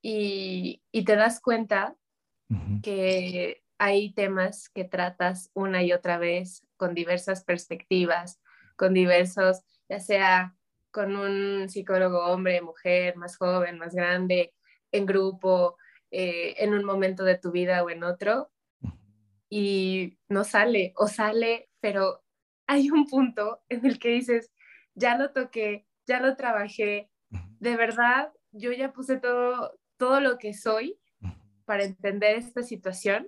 y te das cuenta Ujú. que hay temas que tratas una y otra vez con diversas perspectivas, con diversos, ya sea con un psicólogo hombre, mujer, más joven, más grande, en grupo, en un momento de tu vida o en otro, y no sale, o sale, pero hay un punto en el que dices, ya lo toqué, ya lo trabajé, Ujú. de verdad, yo ya puse todo lo que soy Ujú. para entender esta situación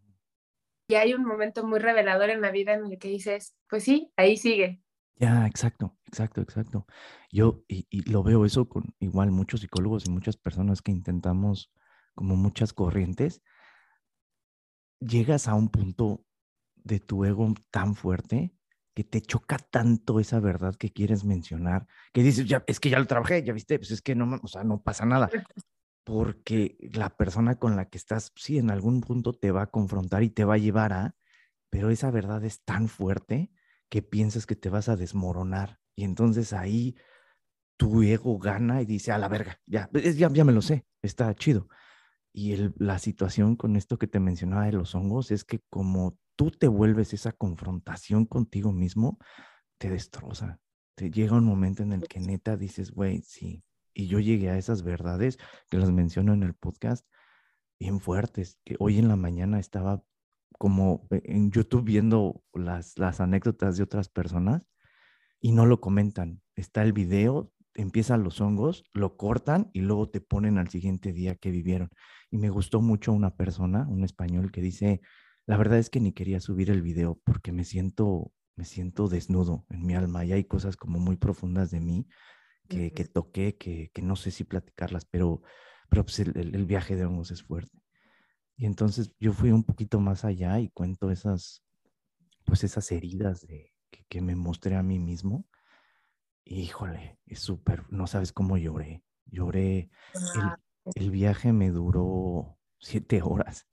y hay un momento muy revelador en la vida en el que dices, pues sí, ahí sigue. Ya, exacto, exacto, exacto. Y lo veo eso con igual muchos psicólogos y muchas personas que intentamos, como muchas corrientes, llegas a un punto de tu ego tan fuerte que te choca tanto esa verdad que quieres mencionar, que dices, ya, es que ya lo trabajé, ya viste, pues es que no, o sea, no pasa nada, porque la persona con la que estás, sí, en algún punto te va a confrontar y te va a llevar a, pero esa verdad es tan fuerte que piensas que te vas a desmoronar. Y entonces ahí tu ego gana y dice, a la verga, ya, ya me lo sé, está chido. Y la situación con esto que te mencionaba de los hongos es que como tú te vuelves esa confrontación contigo mismo, te destroza. Te llega un momento en el que neta dices, güey, sí. Y yo llegué a esas verdades que las menciono en el podcast bien fuertes, que hoy en la mañana estaba como en YouTube viendo las anécdotas de otras personas y no lo comentan. Está el video, empiezan los hongos, lo cortan y luego te ponen al siguiente día que vivieron. Y me gustó mucho una persona, un español, que dice, la verdad es que ni quería subir el video porque me siento desnudo en mi alma y hay cosas como muy profundas de mí que toqué, que no sé si platicarlas, pero pues el viaje de hongos es fuerte. Y entonces yo fui un poquito más allá y cuento esas, pues esas heridas que me mostré a mí mismo. Híjole, es súper, no sabes cómo lloré. Lloré, Ah, el viaje me duró 7 horas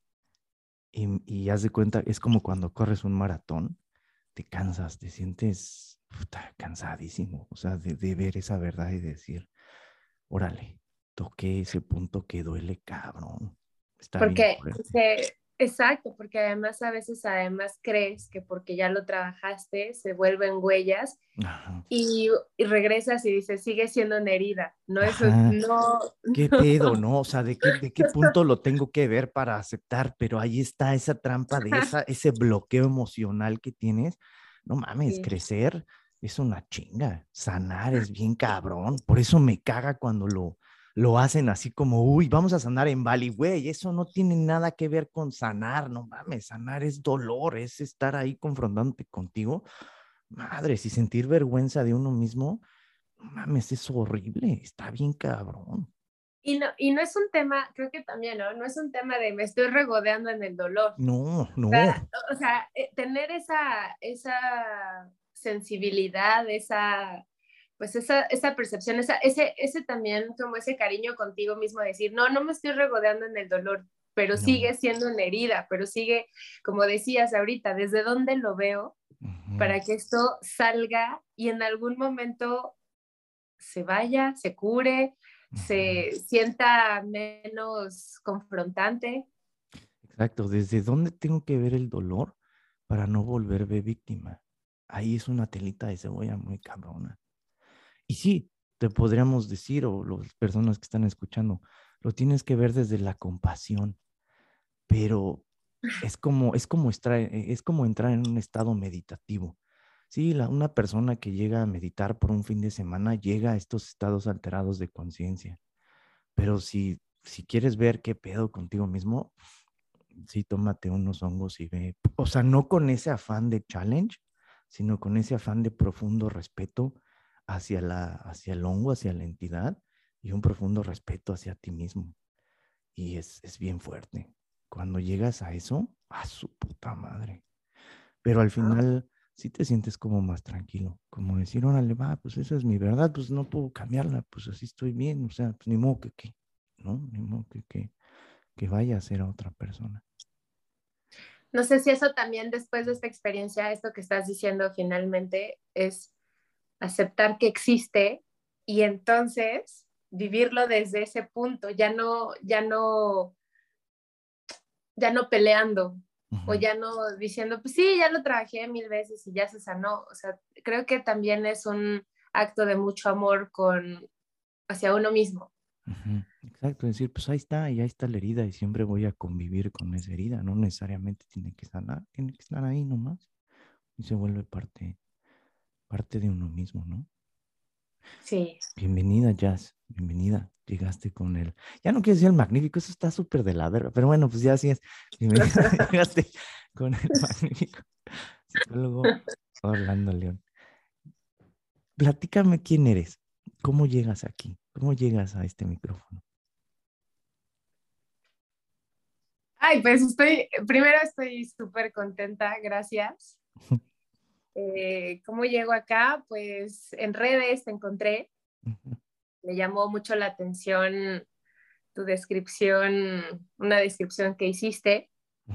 y haz de cuenta, es como cuando corres un maratón, te cansas, te sientes puta, cansadísimo, o sea, de ver esa verdad y decir, órale, toqué ese punto que duele, cabrón, está bien fuerte. exacto, porque además a veces además crees que porque ya lo trabajaste se vuelven huellas Ajá, y regresas y dices, sigue siendo una herida, no eso, ajá. no, ¿Qué no. pedo, no? O sea, ¿de qué punto lo tengo que ver para aceptar? Pero ahí está esa trampa de ese bloqueo emocional que tienes. No mames, Sí. crecer es una chinga. Sanar es bien cabrón. Por eso me caga cuando lo hacen así como, uy, vamos a sanar en Bali, güey. Eso no tiene nada que ver con sanar, no mames. Sanar es dolor, es estar ahí confrontándote contigo. Madres, y sentir vergüenza de uno mismo, no mames, es horrible. Está bien cabrón. Y no es un tema, creo que también, ¿no? No es un tema de me estoy regodeando en el dolor. No, Sea, no. o sea, tener esa sensibilidad, esa percepción, ese también como ese cariño contigo mismo, decir, no, no me estoy regodeando en el dolor, pero No. sigue siendo una herida, pero sigue, como decías ahorita, desde dónde lo veo Ujú, para que esto salga y en algún momento se vaya, se cure, ujú. se sienta menos confrontante. Exacto. ¿Desde dónde tengo que ver el dolor para no volverme víctima? Ahí es una telita de cebolla muy cabrona. Y sí, te podríamos decir, o las personas que están escuchando, lo tienes que ver desde la compasión, pero es como entrar en un estado meditativo. Sí, una persona que llega a meditar por un fin de semana llega a estos estados alterados de conciencia. Pero si quieres ver qué pedo contigo mismo, sí, tómate unos hongos y ve. O sea, no con ese afán de challenge, sino con ese afán de profundo respeto hacia el hongo, hacia la entidad y un profundo respeto hacia ti mismo. Y es bien fuerte. Cuando llegas a eso, a su puta madre. Pero al final sí te sientes como más tranquilo, como decir, órale, va, pues esa es mi verdad, pues no puedo cambiarla, pues así estoy bien, o sea, pues ni modo que, ¿no? Ni modo que vaya a ser a otra persona. No sé si eso también después de esta experiencia, esto que estás diciendo finalmente es aceptar que existe y entonces vivirlo desde ese punto, ya no peleando o Ujú. ya no diciendo, pues sí, ya lo trabajé 1000 veces y ya se sanó. O sea, creo que también es un acto de mucho amor hacia uno mismo. Ujú. Exacto, decir, pues ahí está, y ahí está la herida y siempre voy a convivir con esa herida, no necesariamente tiene que sanar, tiene que estar ahí nomás y se vuelve parte de uno mismo, ¿no? Sí. Bienvenida, Jazz, bienvenida, llegaste con el, ya no quiero decir el magnífico, eso está súper de la verga, pero bueno, pues ya así es, bienvenida, llegaste con el magnífico psicólogo Orlando León. Platícame quién eres, cómo llegas aquí, cómo llegas a este micrófono. Ay, pues primero estoy súper contenta, gracias. ¿Cómo llego acá? Pues en redes te encontré, me llamó mucho la atención tu descripción, una descripción que hiciste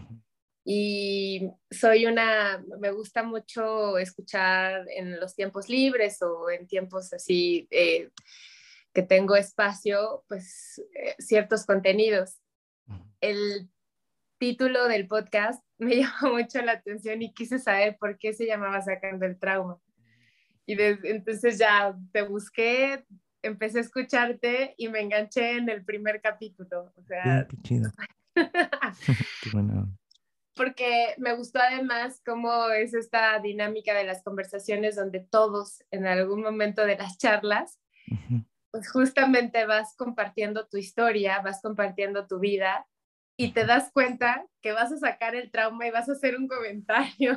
y me gusta mucho escuchar en los tiempos libres o en tiempos así que tengo espacio, pues ciertos contenidos. El título del podcast me llamó mucho la atención y quise saber por qué se llamaba Sacando el Trauma. Y entonces ya te busqué, empecé a escucharte y me enganché en el primer capítulo. O Sí, sea, qué chido, qué bueno. porque me gustó además cómo es esta dinámica de las conversaciones donde todos en algún momento de las charlas, pues justamente vas compartiendo tu historia, vas compartiendo tu vida y te das cuenta que vas a sacar el trauma y vas a hacer un comentario.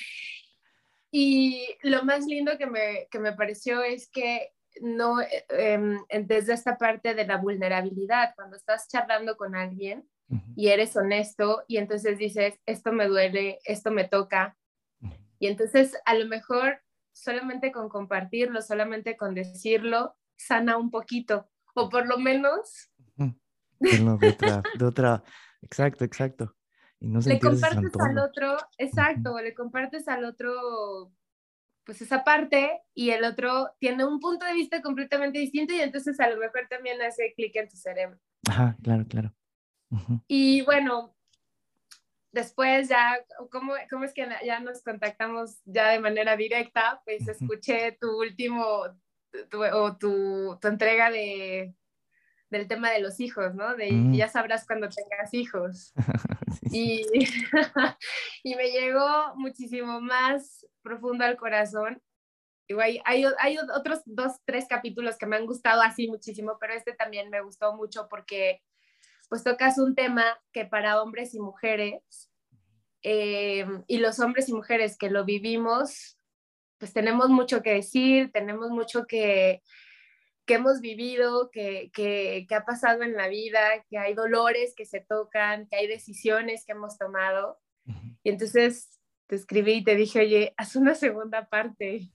Y lo más lindo que me pareció es que no, desde esta parte de la vulnerabilidad, cuando estás charlando con alguien y eres honesto y entonces dices, esto me duele, esto me toca, y entonces a lo mejor solamente con compartirlo, solamente con decirlo, sana un poquito, o por lo menos Verlo de otra, exacto, exacto. Y no le sentirse compartes al santuario. otro, Ujú. exacto, le compartes al otro pues esa parte y el otro tiene un punto de vista completamente distinto y entonces a lo mejor también hace clic en tu cerebro. Ajá, claro, claro. Ujú. Y bueno, después ya, ¿cómo es que ya nos contactamos ya de manera directa? Pues Ujú. escuché tu último, tu entrega del tema de los hijos, ¿no? De Mm. ya sabrás cuando tengas hijos. Sí, sí. Y, y me llegó muchísimo más profundo al corazón. Igual hay otros 2, 3 capítulos que me han gustado así muchísimo, pero este también me gustó mucho porque pues tocas un tema que para hombres y mujeres, y los hombres y mujeres que lo vivimos, pues tenemos mucho que decir, tenemos mucho que hemos vivido, que ha pasado en la vida, que hay dolores que se tocan, que hay decisiones que hemos tomado. Ujú. Y entonces te escribí y te dije, oye, haz una segunda parte.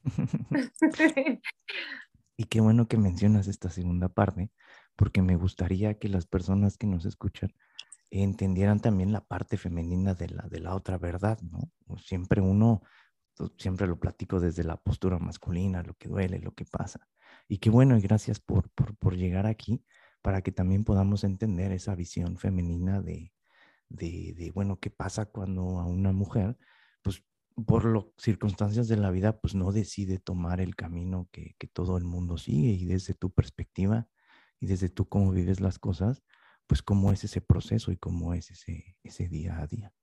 Y qué bueno que mencionas esta segunda parte, porque me gustaría que las personas que nos escuchan entendieran también la parte femenina de la otra verdad, ¿no? Siempre siempre lo platico desde la postura masculina, lo que duele, lo que pasa. Y qué bueno, y gracias por llegar aquí para que también podamos entender esa visión femenina bueno, qué pasa cuando a una mujer, pues por las circunstancias de la vida, pues no decide tomar el camino que todo el mundo sigue y desde tu perspectiva y desde tú cómo vives las cosas, pues cómo es ese proceso y cómo es ese día a día.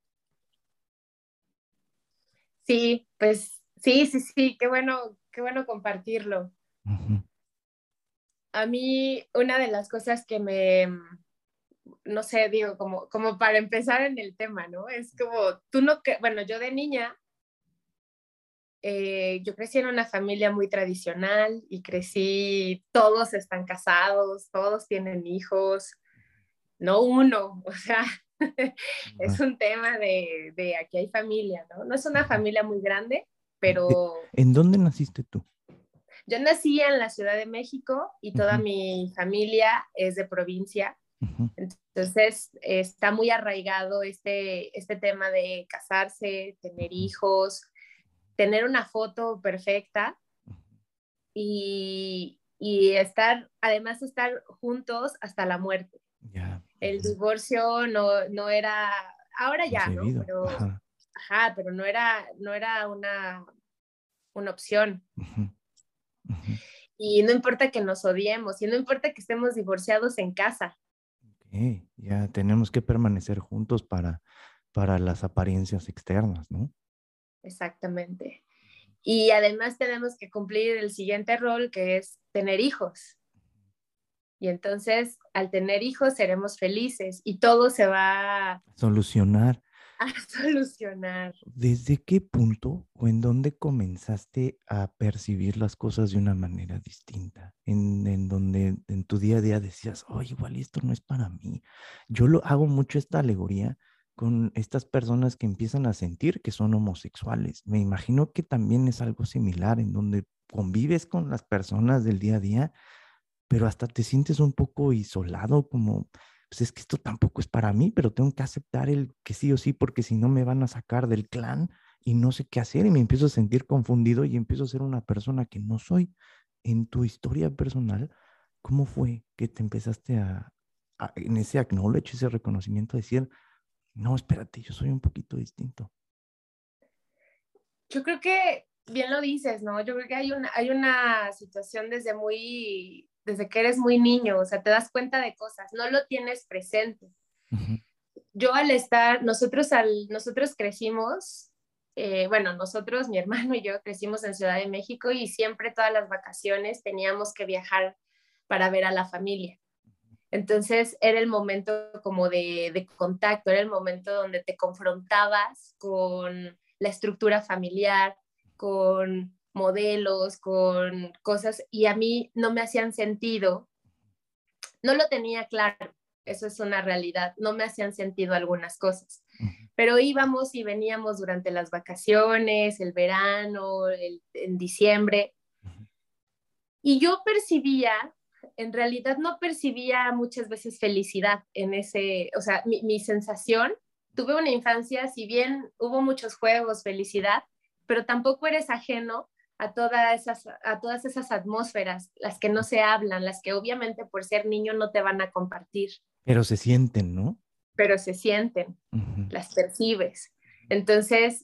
Sí, pues sí, sí, sí, qué bueno compartirlo. Ujú. A mí una de las cosas que no sé, digo, como para empezar en el tema, ¿no? Es como, tú no, bueno, yo de niña, yo crecí en una familia muy tradicional y crecí, todos están casados, todos tienen hijos, no uno, o sea, es Ajá. un tema de aquí hay familia, ¿no? No es una Ujú. familia muy grande, ¿De- pero ¿En dónde naciste tú? yo nací en la Ciudad de México y toda Ujú. mi familia es de provincia. Ujú. Entonces está muy arraigado este tema de casarse, tener Ujú. hijos, tener una foto perfecta y, y además estar juntos hasta la muerte. Ya. El divorcio no era, ahora ya, ¿no? Concebido. Pero, Ajá. pero no era una opción. Ujú, ujú. Y no importa que nos odiemos, y no importa que estemos divorciados en casa. Ok, ya tenemos que permanecer juntos para las apariencias externas, ¿no? Exactamente. Y además tenemos que cumplir el siguiente rol, que es tener hijos. Y entonces, al tener hijos, seremos felices y todo se va Solucionar. a solucionar. ¿Desde qué punto o en dónde comenzaste a percibir las cosas de una manera distinta? En donde en tu día a día decías, oh, igual esto no es para mí. Yo lo hago mucho esta alegoría con estas personas que empiezan a sentir que son homosexuales. Me imagino que también es algo similar en donde convives con las personas del día a día, pero hasta te sientes un poco isolado, como, pues es que esto tampoco es para mí, pero tengo que aceptar el que sí o sí, porque si no me van a sacar del clan y no sé qué hacer y me empiezo a sentir confundido y empiezo a ser una persona que no soy. En tu historia personal, ¿cómo fue que te empezaste en ese acknowledge, ese reconocimiento, a decir, no, espérate, yo soy un poquito distinto? Yo creo que bien lo dices, ¿no? Yo creo que hay una situación desde que eres muy niño, o sea, te das cuenta de cosas, no lo tienes presente. Ujú, Yo nosotros crecimos, bueno, nosotros, mi hermano y yo crecimos en Ciudad de México y siempre todas las vacaciones teníamos que viajar para ver a la familia. Entonces era el momento como de contacto, era el momento donde te confrontabas con la estructura familiar, con modelos, con cosas, y a mí no me hacían sentido, no lo tenía claro, eso es una realidad, no me hacían sentido algunas cosas, ujú, pero íbamos y veníamos durante las vacaciones, el verano, en diciembre, ujú. y yo percibía, en realidad no percibía muchas veces felicidad en ese, o sea, mi sensación, tuve una infancia, si bien hubo muchos juegos, felicidad, pero tampoco eres ajeno a todas esas atmósferas, las que no se hablan, las que obviamente por ser niño no te van a compartir, Pero se sienten, ¿no? pero se sienten, Ujú, las percibes. Entonces,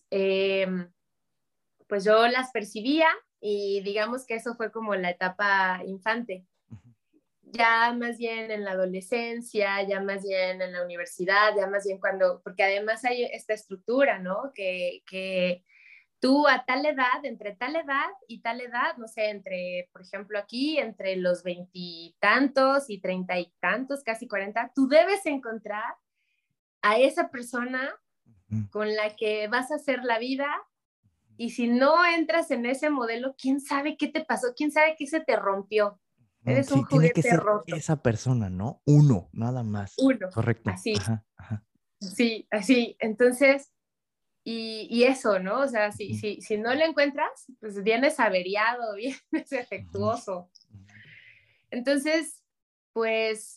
pues yo las percibía y digamos que eso fue como la etapa infante. ujú, Ya más bien en la adolescencia, ya más bien en la universidad, ya más bien porque además hay esta estructura, ¿no? Que tú a tal edad, entre tal edad y tal edad, no sé, por ejemplo, aquí, entre los veintitantos y treinta y tantos, casi 40, tú debes encontrar a esa persona ujú. con la que vas a hacer la vida. Y si no entras en ese modelo, ¿quién sabe qué te pasó? ¿Quién sabe qué se te rompió? Eres un Sí, tiene que juguete ser roto. esa persona, ¿no? Uno, nada más. Uno, Correcto. así, Ajá, ajá. sí, así. Entonces, y eso, ¿no? O sea, si, Ujú, si, si no lo encuentras, pues vienes averiado, vienes ujú, defectuoso. ujú, Entonces, pues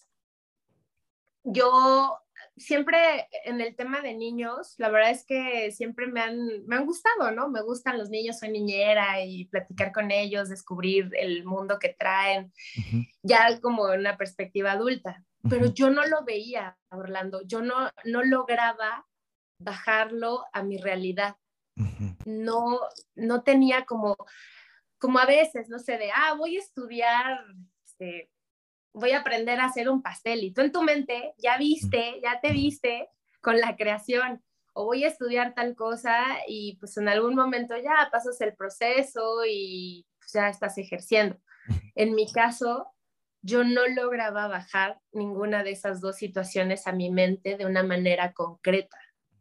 yo siempre en el tema de niños, la verdad es que siempre me han gustado, ¿no? Me gustan los niños, soy niñera y platicar con ellos, descubrir el mundo que traen, ujú, ya como en una perspectiva adulta. Pero ujú, yo no lo veía, Orlando, yo no lograba bajarlo a mi realidad. ujú. No, no tenía como a veces, no sé, voy a estudiar, este, voy a aprender a hacer un pastel y tú en tu mente ya te viste con la creación o voy a estudiar tal cosa y pues en algún momento ya pasas el proceso y pues, ya estás ejerciendo. En mi caso, yo no lograba bajar ninguna de esas dos situaciones a mi mente de una manera concreta.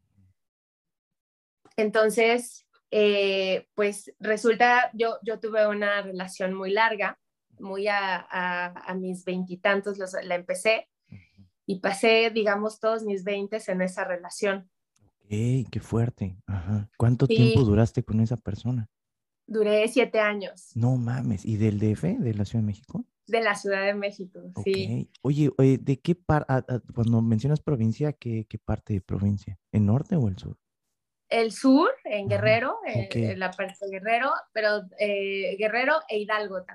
Entonces, pues resulta, yo tuve una relación muy larga, muy a mis veintitantos la empecé y pasé, digamos, todos mis veintes en esa relación. ¡Ey, qué fuerte! Ajá. ¿Cuánto tiempo Sí, duraste con esa persona? duré 7 años No mames. ¿Y del DF, de la Ciudad de México? de la Ciudad de México, Ok. sí. Oye, ¿de qué parte, cuando mencionas provincia, qué parte de provincia? ¿El norte o el sur? El sur, en Ajá. Guerrero, Ok. en la parte de Guerrero, pero Guerrero e Hidalgo también.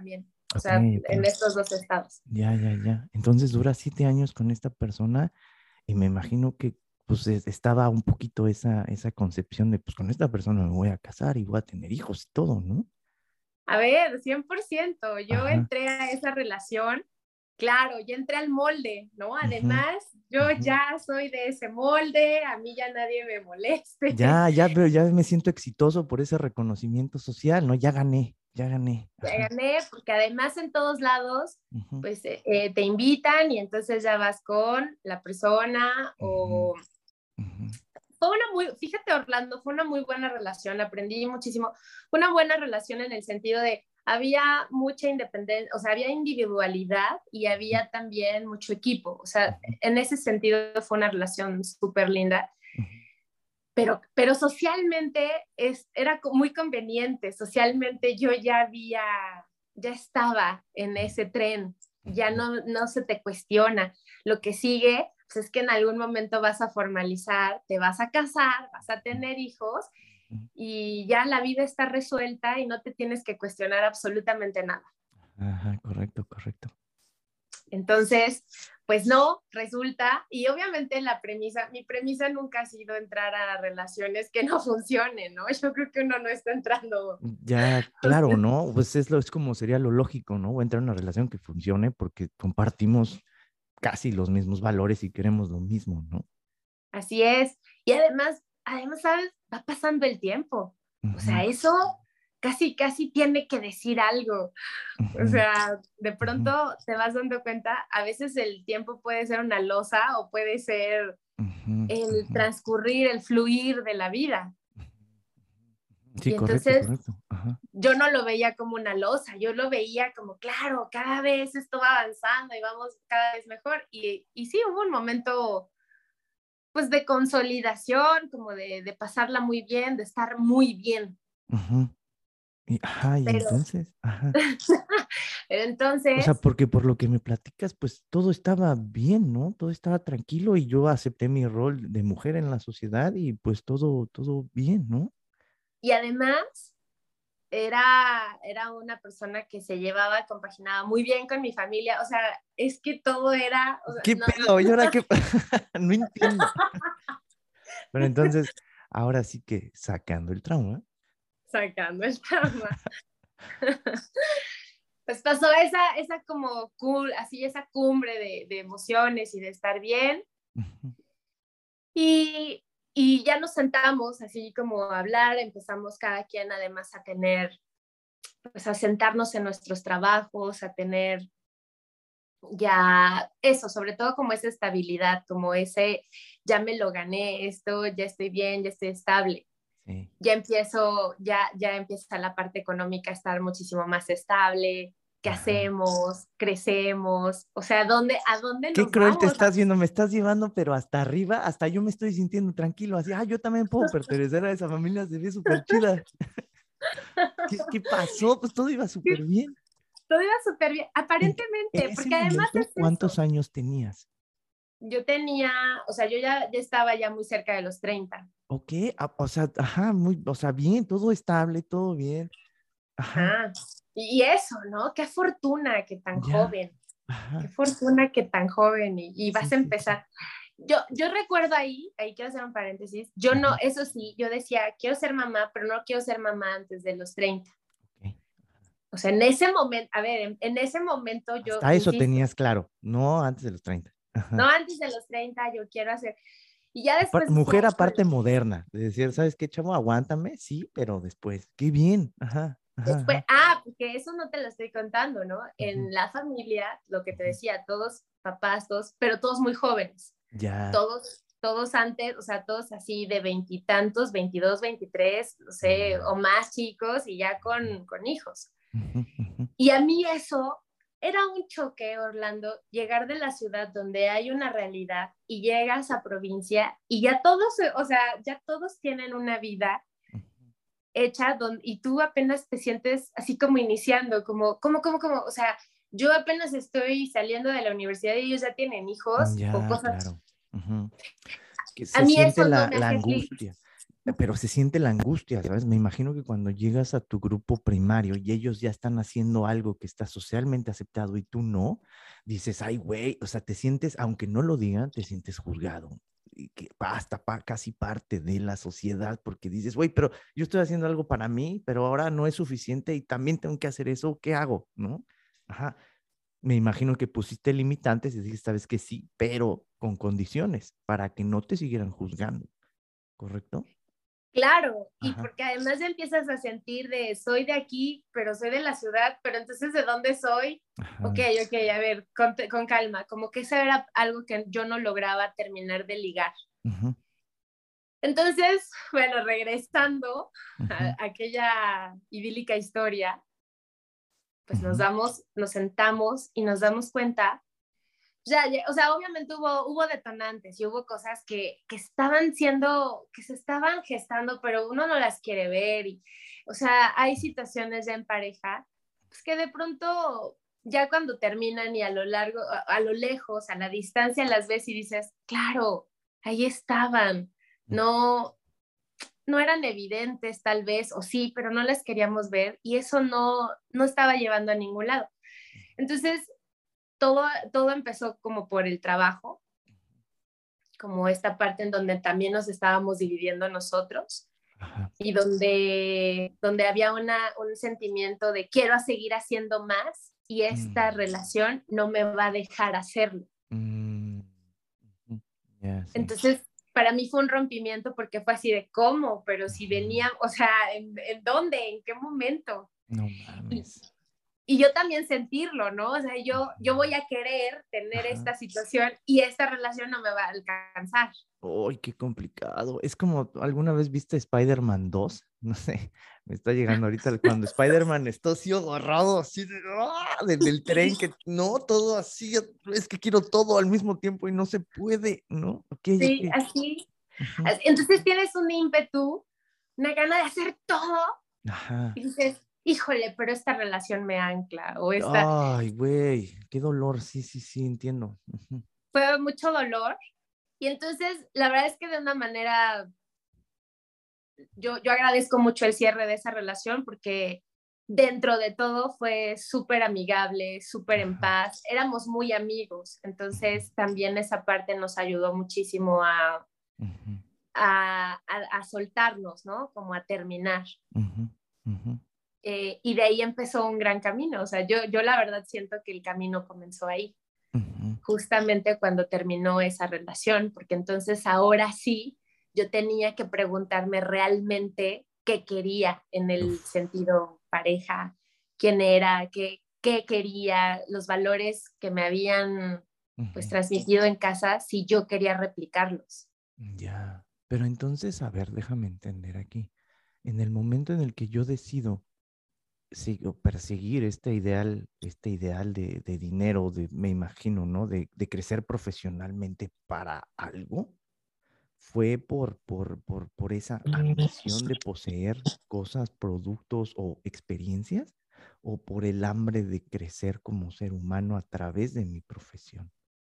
o Ok, sea, ok. en estos dos estados. Ya, ya, ya. Entonces dura 7 años con esta persona y me imagino que pues estaba un poquito esa concepción de pues con esta persona me voy a casar y voy a tener hijos y todo, ¿no? A ver, 100%, yo Ajá. entré a esa relación, claro, ya entré al molde, ¿no? Ujú, Además, yo ujú. ya soy de ese molde, a mí ya nadie me moleste. Ya, ya veo, ya me siento exitoso por ese reconocimiento social, ¿no? Ya gané, ya gané. Ya Ajá. gané, porque además en todos lados, Ujú, pues te invitan y entonces ya vas con la persona ujú, o ujú, fue una muy, fíjate Orlando, fue una muy buena relación, aprendí muchísimo, fue una buena relación en el sentido de había mucha independencia, o sea, había individualidad y había también mucho equipo, o sea, ujú, en ese sentido fue una relación súper linda, ujú, pero socialmente era muy conveniente, socialmente yo ya había, ya estaba en ese tren, ya ujú, no se te cuestiona. Lo que sigue pues, es que en algún momento vas a formalizar, te vas a casar, vas a tener hijos ujú. y ya la vida está resuelta y no te tienes que cuestionar absolutamente nada. Ajá, correcto, correcto. Entonces, pues no, resulta, y obviamente mi premisa nunca ha sido entrar a relaciones que no funcionen, ¿no? Yo creo que uno no está entrando. Ya, O claro, sea, ¿no? Pues es como sería lo lógico, ¿no? O entrar en una relación que funcione porque compartimos casi los mismos valores y queremos lo mismo, ¿no? así es. Y además, ¿sabes? Va pasando el tiempo. O Ujú, sea, eso casi tiene que decir algo. O ujú, sea, de ujú, pronto te vas dando cuenta, a veces el tiempo puede ser una losa o puede ser ujú, el ujú. transcurrir, el fluir de la vida. Sí, Y correcto, entonces correcto. Ajá. yo no lo veía como una losa, yo lo veía como, claro, cada vez esto va avanzando y vamos cada vez mejor. Y sí, hubo un momento pues de consolidación, como de pasarla muy bien, de estar muy bien. Ujú. Ajá, y Pero, entonces, ajá. pero O sea, entonces, porque por lo que me platicas, pues todo estaba bien, ¿no? Todo estaba tranquilo y yo acepté mi rol de mujer en la sociedad y pues todo bien, ¿no? y además era una persona que se llevaba, compaginaba muy bien con mi familia, o sea, es que todo era, o sea, ¿Qué pedo? ¿Y ahora qué? No entiendo. Pero entonces, ahora sí que sacando el trauma. sacando el trauma. Pues pasó esa como cool, así esa cumbre de emociones y de estar bien. Ujú, Y, y ya nos sentamos así como a hablar, empezamos cada quien además a tener, pues a sentarnos en nuestros trabajos, a tener ya eso, sobre todo como esa estabilidad, como ese, ya me lo gané, esto, ya estoy bien, ya estoy estable. sí. Ya empieza la parte económica a estar muchísimo más estable, qué Ajá. hacemos, crecemos, o sea, a dónde Qué nos cruel te vamos? estás viendo, me estás llevando, pero hasta arriba, hasta yo me estoy sintiendo tranquilo, así, yo también puedo pertenecer a esa familia, se ve súper chida. ¿Qué pasó? Pues todo iba súper bien. Todo iba súper bien, En aparentemente, ese porque además momento, es ¿cuántos eso. años tenías? Yo tenía, o sea, yo ya estaba ya muy cerca de los 30. Ok, o sea, ajá, o sea, bien, todo estable, todo bien. Ajá, Ajá. Y eso, ¿no? Qué fortuna que tan ya, joven, qué ajá, fortuna que tan joven y sí, vas a sí, sí. empezar. Yo recuerdo ahí quiero hacer un paréntesis, yo no, Ujú, eso sí, yo decía, quiero ser mamá, pero no quiero ser mamá antes de los 30. ok. O sea, en ese momento, a ver, en ese momento yo Hasta eso insisto, tenías claro, no antes de los 30. no Ajá. antes de los 30 yo quiero hacer, y ya después decía, Mujer aparte híjole, moderna, de decir, ¿sabes qué, chavo? Aguántame, sí, pero después, qué bien, ajá, ajá, después, ajá. porque eso no te lo estoy contando, ¿no? Ujú, En la familia, lo que te ujú. decía, todos papás, todos, pero todos muy jóvenes, Ya. todos antes, o sea, todos así de veintitantos, 22, 23, no sé, Ya. o más chicos y ya con hijos. Ujú, ujú. Y a mí eso era un choque, Orlando, llegar de la ciudad donde hay una realidad y llegas a provincia y ya todos, o sea, ya todos tienen una vida hecha y tú apenas te sientes así como iniciando, como, o sea, yo apenas estoy saliendo de la universidad y ellos ya tienen hijos o Ya, cosas. claro. Ujú. Que A se mí siente eso no la, me la hacía clic. angustia. pero se siente la angustia, ¿sabes? Me imagino que cuando llegas a tu grupo primario y ellos ya están haciendo algo que está socialmente aceptado y tú no, dices, ay, güey, o sea, te sientes, aunque no lo digan, te sientes juzgado. Y que hasta casi parte de la sociedad, porque dices, güey, pero yo estoy haciendo algo para mí, pero ahora no es suficiente y también tengo que hacer eso, ¿qué hago? ¿No? Ajá. Me imagino que pusiste limitantes y dijiste, sabes que sí, pero con condiciones para que no te siguieran juzgando, ¿correcto? Claro, y Ajá, porque además ya empiezas a sentir de soy de aquí, pero soy de la ciudad, pero entonces ¿de dónde soy? Ok, ajá, ok, a ver, con calma, como que eso era algo que yo no lograba terminar de ligar. ujú, Entonces, bueno, regresando ujú, a aquella idílica historia, pues ujú, nos sentamos y nos damos cuenta, ya, o sea, obviamente hubo detonantes y hubo cosas que estaban siendo, que se estaban gestando, pero uno no las quiere ver. Y, o sea, hay situaciones ya en pareja, pues que de pronto, ya cuando terminan y a lo largo, a lo lejos, a la distancia las ves y dices, claro, ahí estaban, no, no eran evidentes tal vez, o sí, pero no las queríamos ver y eso no estaba llevando a ningún lado. Entonces, todo empezó como por el trabajo, como esta parte en donde también nos estábamos dividiendo nosotros ajá, y donde había un sentimiento de quiero seguir haciendo más y esta mm, relación no me va a dejar hacerlo. mm, ujú, ya, sí, Entonces, para mí fue un rompimiento porque fue así de cómo, pero si ujú, venía, o sea, ¿en dónde? ¿En qué momento? no Y, mames, y yo también sentirlo, ¿no? O sea, yo ujú, voy a querer tener ajá. esta situación y esta relación no me va a alcanzar. ¡Ay, qué complicado! Es como, ¿alguna vez viste Spider-Man 2? No sé, me está llegando ahorita cuando Spider-Man está así agarrado, así del tren, que no, todo así, es que quiero todo al mismo tiempo y no se puede, ¿no? Ok, Sí, ok. así. Ujú. Entonces tienes un ímpetu, una gana de hacer todo Ajá. y dices, híjole, pero esta relación me ancla o esta Ay, güey, qué dolor, sí, sí, sí, entiendo. Ujú, fue mucho dolor. Y entonces la verdad es que de una manera, yo agradezco mucho el cierre de esa relación porque dentro de todo fue súper amigable, súper en ajá, paz, éramos muy amigos, ujú, entonces también esa parte nos ayudó muchísimo ujú, a soltarnos, ¿no? Como a terminar. ujú, ujú, Y de ahí empezó un gran camino. O sea, yo la verdad siento que el camino comenzó ahí, ujú. justamente cuando terminó esa relación, porque entonces ahora sí yo tenía que preguntarme realmente qué quería en el Uf, sentido pareja, quién era, qué quería, los valores que me habían pues ujú. transmitido en casa, si yo quería replicarlos. Ya, pero entonces, a ver, déjame entender aquí. En el momento en el que yo decido perseguir este ideal de dinero, me imagino, ¿no? De crecer profesionalmente para algo, fue por esa ambición de poseer cosas, productos o experiencias, o por el hambre de crecer como ser humano a través de mi profesión.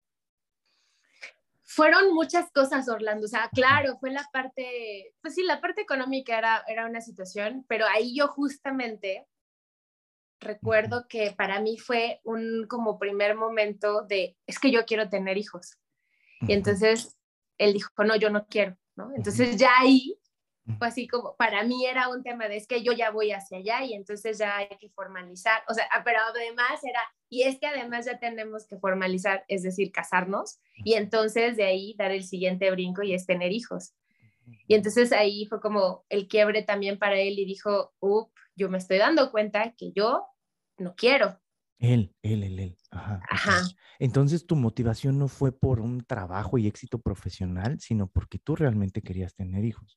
Fueron muchas cosas, Orlando. O sea, Ajá. claro, fue la parte, pues sí, la parte económica era una situación, pero ahí yo justamente Ujú, recuerdo que para mí fue un como primer momento de, es que yo quiero tener hijos. Y ujú, entonces él dijo, no, yo no quiero, ¿no? ujú, Entonces ya ahí ujú, fue así como, para mí era un tema de, es que yo ya voy hacia allá y entonces ya hay que formalizar. O sea, pero además era, y es que además ya tenemos que formalizar, es decir, casarnos, y entonces de ahí dar el siguiente brinco y es tener hijos. Y ujú. entonces ahí fue como el quiebre también para él y dijo, yo me estoy dando cuenta que yo no quiero. Él. Ajá, ok. Ajá. Entonces tu motivación no fue por un trabajo y éxito profesional, sino porque tú realmente querías tener hijos.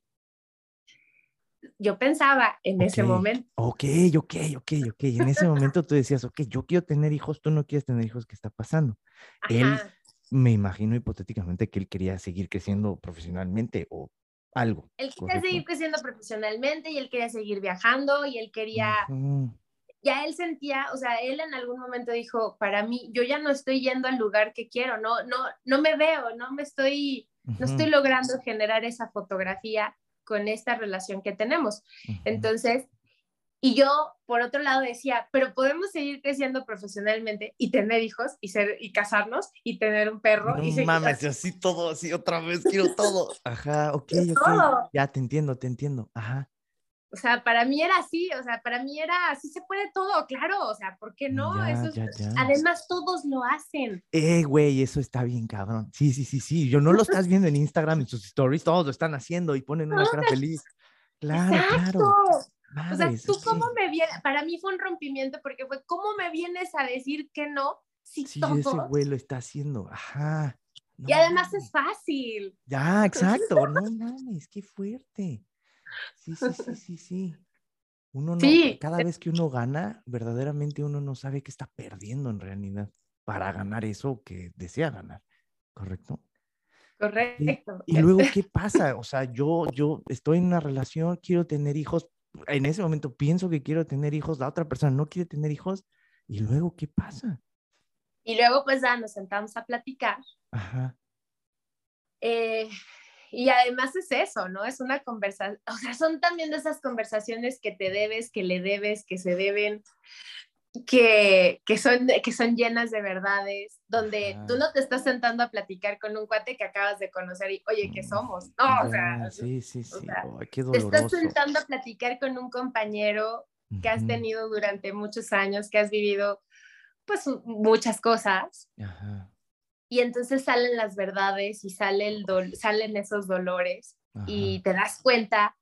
Yo pensaba en Ok, ese momento, ok, ok. En ese momento tú decías, ok, yo quiero tener hijos, tú no quieres tener hijos, ¿qué está pasando? Él, ajá, me imagino hipotéticamente que él quería seguir creciendo profesionalmente o algo, él quería seguir ¿correcto? creciendo profesionalmente y él quería seguir viajando y él quería, Ujú, ya él sentía, o sea, él en algún momento dijo, para mí, yo ya no estoy yendo al lugar que quiero, no me veo, no estoy ujú, logrando generar esa fotografía con esta relación que tenemos. Ujú. Entonces, y yo, por otro lado, decía, pero podemos seguir creciendo profesionalmente y tener hijos y casarnos y tener un perro No y seguir mames, así todo, así otra vez, quiero todo. Ajá, ok, ok. todo. Ya te entiendo, te entiendo. Ajá. O sea, para mí era así, o sea, para mí era así se puede todo, claro, o sea, ¿por qué no? Ya, Eso es, ya, ya. además todos lo hacen. Güey, eso está bien, cabrón. Sí, sí, sí, sí. Yo no lo estás viendo en Instagram, en sus stories, todos lo están haciendo y ponen una cara feliz. Claro, Exacto. claro. O sea, Madres, tú ok. cómo me vienes, para mí fue un rompimiento porque fue, ¿cómo me vienes a decir que no si Sí, ese todos? güey lo está haciendo. Ajá. Y No además es mames. fácil. Ya, exacto. No mames, qué fuerte. Sí, sí, sí, sí, sí. Uno no, Sí, cada vez que uno gana, verdaderamente uno no sabe qué está perdiendo en realidad para ganar eso que desea ganar, ¿correcto? correcto. Y luego, ¿qué pasa? O sea, yo estoy en una relación, quiero tener hijos, en ese momento pienso que quiero tener hijos, la otra persona no quiere tener hijos, y luego, ¿qué pasa? Y luego pues ya nos sentamos a platicar. Ajá. Eh, y además es eso, ¿no? Es una conversación, o sea, son también de esas conversaciones que te debes, que le debes, que se deben, que son llenas de verdades, donde tú Ajá. no te estás sentando a platicar con un cuate que acabas de conocer y, oye, ¿qué Mm, somos? No, ya, sí, sí, o sí. sea, Ay, qué te estás doloroso. sentando a platicar con un compañero que has Ujú. tenido durante muchos años, que has vivido, pues, muchas cosas, Ajá. y entonces salen las verdades y salen esos dolores Ajá. y te das cuenta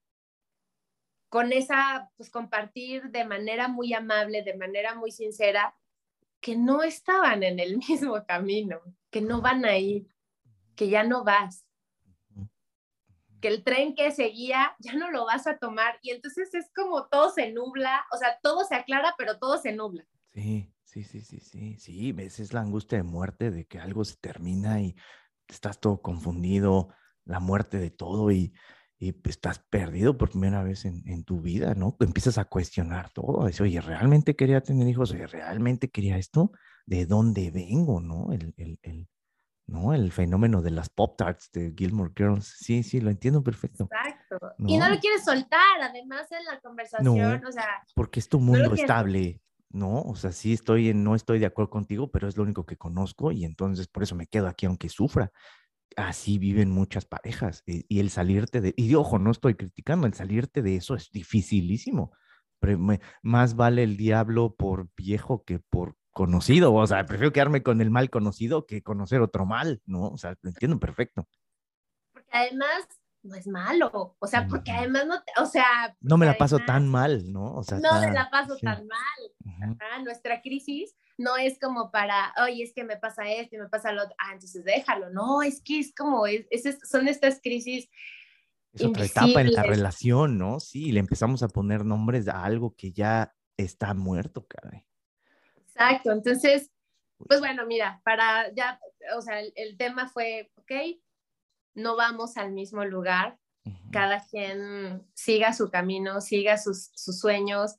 con esa, pues compartir de manera muy amable, de manera muy sincera, que no estaban en el mismo camino, que no van a ir, que ya no vas, Ujú. que el tren que seguía ya no lo vas a tomar y entonces es como todo se nubla, o sea, todo se aclara, pero todo se nubla. Sí, sí, sí, sí, sí, sí, ves, es la angustia de muerte, de que algo se termina y estás todo confundido, la muerte de todo y pues, estás perdido por primera vez en tu vida, ¿no? Empiezas a cuestionar todo, eso, oye, ¿realmente quería tener hijos? Oye, ¿realmente quería esto? ¿De dónde vengo, no? ¿No? El fenómeno de las Pop Tarts de Gilmore Girls, sí, sí, lo entiendo perfecto, Exacto. Y no lo ¿no? quieres soltar, además en la No, conversación, o sea, porque es tu no lo mundo quieres soltar. estable, ¿no? O sea, sí no estoy de acuerdo contigo, pero es lo único que conozco y entonces por eso me quedo aquí aunque sufra. Así viven muchas parejas y el salirte y ojo, no estoy criticando, el salirte de eso es dificilísimo. Pero más vale el diablo por viejo que por conocido, o sea, prefiero quedarme con el mal conocido que conocer otro mal, ¿no? O sea, lo entiendo perfecto. Porque además no es malo, o sea, porque Ujú. además no, o sea, No porque me la paso además tan mal, ¿no? O sea, no me tan, la paso sí. tan mal. Ujú. Ajá, nuestra crisis no es como para, oye, es que me pasa esto y me pasa lo otro, entonces déjalo, no, es que es como, son estas crisis Es otra etapa en la invisibles. relación, ¿no? Sí, le empezamos a poner nombres a algo que ya está muerto, caray. Exacto, entonces, pues Pues, bueno, mira, para ya, o sea, el tema fue, ok, no vamos al mismo lugar, ujú, cada quien siga su camino, siga sus sueños.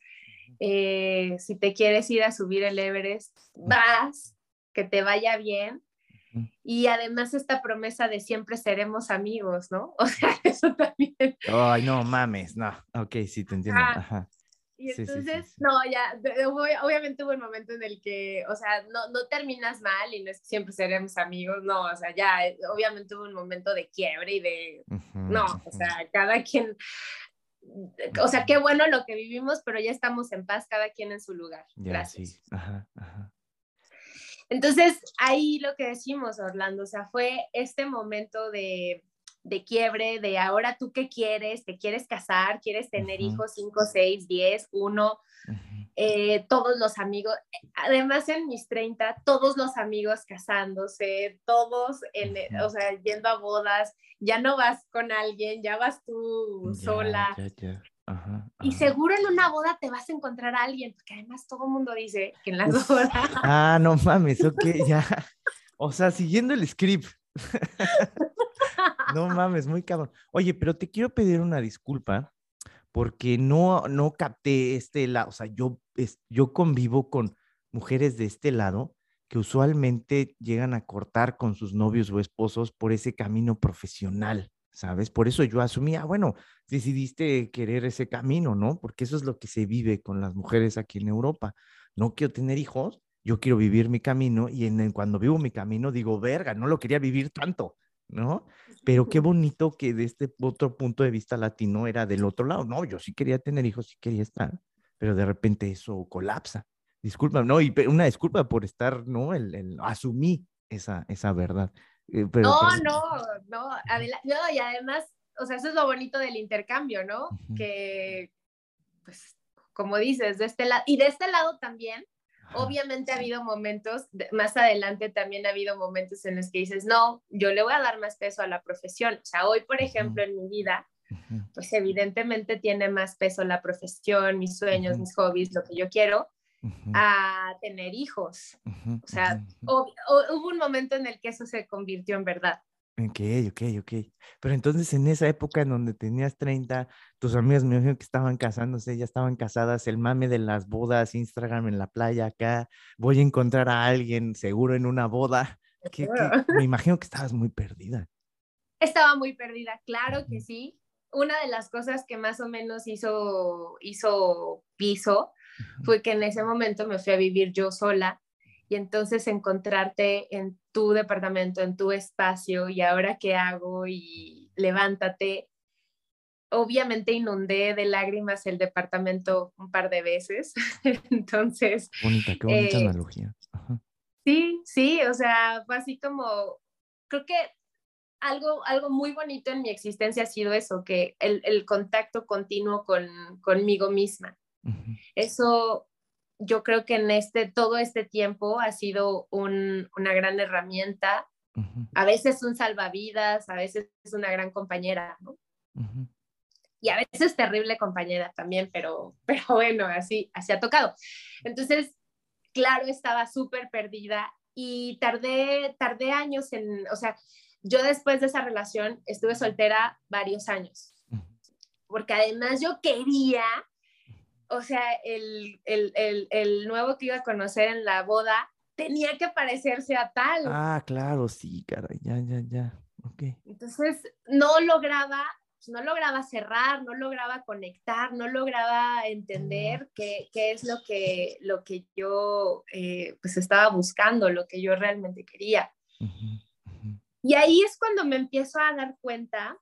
Si te quieres ir a subir el Everest, ujú, vas, que te vaya bien. ujú. Y además esta promesa de siempre seremos amigos, ¿no? O sea, eso también. Ay, no mames, no. Ok, sí, te entiendo. Ajá. Ajá. Y Sí, sí, sí, entonces, sí. no, ya, obviamente hubo un momento en el que, o sea, no terminas mal y no es que siempre seremos amigos, no, o sea, ya, obviamente hubo un momento de quiebre y de, Ujú, no, o ujú, sea, cada quien, o ujú. sea, qué bueno lo que vivimos, pero ya estamos en paz, cada quien en su lugar. Ya, sí. Gracias. Ajá, ajá. Entonces, ahí lo que decimos, Orlando, o sea, fue este momento de quiebre, de ahora tú qué quieres, te quieres casar, quieres tener Ujú, hijos, 5, 6, 10, uno, ujú, todos los amigos, además en mis 30 todos los amigos casándose, todos, ujú. o sea, yendo a bodas, ya no vas con alguien, ya vas tú Ya, sola. ya, ya. Ajá, Y ajá. seguro en una boda te vas a encontrar a alguien, porque además todo el mundo dice que en las Uf. bodas. No mames, ok, ya. O sea, siguiendo el script. No mames, muy cabrón. Oye, pero te quiero pedir una disculpa porque no capté este lado. O sea, yo convivo con mujeres de este lado que usualmente llegan a cortar con sus novios o esposos por ese camino profesional. ¿sabes? Por eso yo asumía, bueno, decidiste querer ese camino, ¿no? Porque eso es lo que se vive con las mujeres aquí en Europa. No quiero tener hijos, yo quiero vivir mi camino y cuando vivo mi camino digo, verga, no lo quería vivir tanto, ¿no? Pero qué bonito que de este otro punto de vista latino era del otro lado. No, yo sí quería tener hijos, sí quería estar, pero de repente eso colapsa. Disculpa, no, una disculpa por estar, ¿no? Asumí esa verdad. Pero, No, perdón. no, no, no, y además, o sea, eso es lo bonito del intercambio, ¿no? Ujú. Que, pues, como dices, de este lado, y de este lado también, Ajá. obviamente ha habido momentos, más adelante también ha habido momentos en los que dices, no, yo le voy a dar más peso a la profesión. O sea, hoy, por Ujú, ejemplo, en mi vida, ujú, pues evidentemente tiene más peso la profesión, mis sueños, ujú, mis hobbies, lo que yo quiero, ujú, a tener hijos. ujú, O ujú, sea, ujú. hubo un momento en el que eso se convirtió en verdad. Ok, ok, ok. Pero entonces en esa época en donde tenías 30, tus amigas me imagino que estaban casándose, ya estaban casadas, el mame de las bodas, Instagram en la playa acá, voy a encontrar a alguien seguro en una boda, me imagino que estabas muy perdida. Estaba muy perdida, claro que Ujú, sí. Una de las cosas que más o menos hizo piso ujú. fue que en ese momento me fui a vivir yo sola y entonces encontrarte en tu departamento, en tu espacio y ahora qué hago y levántate. Obviamente inundé de lágrimas el departamento un par de veces, entonces Qué bonita eh, analogía. Ajá. sí, sí, o sea, fue así como, creo que algo muy bonito en mi existencia ha sido eso, que el contacto continuo conmigo misma. Ujú, Eso yo creo que en todo este tiempo ha sido una gran herramienta, ujú, a veces un salvavidas, a veces es una gran compañera, ¿no? ujú, Y a veces terrible compañera también, pero bueno, así ha tocado. Entonces, claro, estaba súper perdida y tardé años o sea, yo después de esa relación estuve soltera varios años, ujú. porque además yo quería, o sea, el nuevo que iba a conocer en la boda tenía que parecerse a tal. Ah, claro, sí, caray, ya, ya, ya. Ok. Entonces, no lograba cerrar, no lograba conectar, no lograba entender qué es lo que yo pues estaba buscando, lo que yo realmente quería. Ujú, ujú. Y ahí es cuando me empiezo a dar cuenta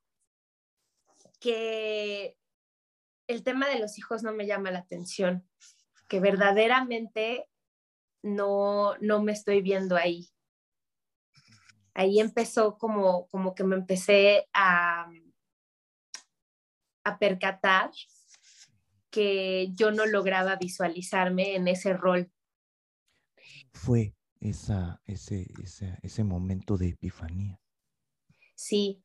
que el tema de los hijos no me llama la atención, que verdaderamente no me estoy viendo ahí. Ahí empezó como que me empecé a percatar que yo no lograba visualizarme en ese rol. Fue ese momento de epifanía. Sí,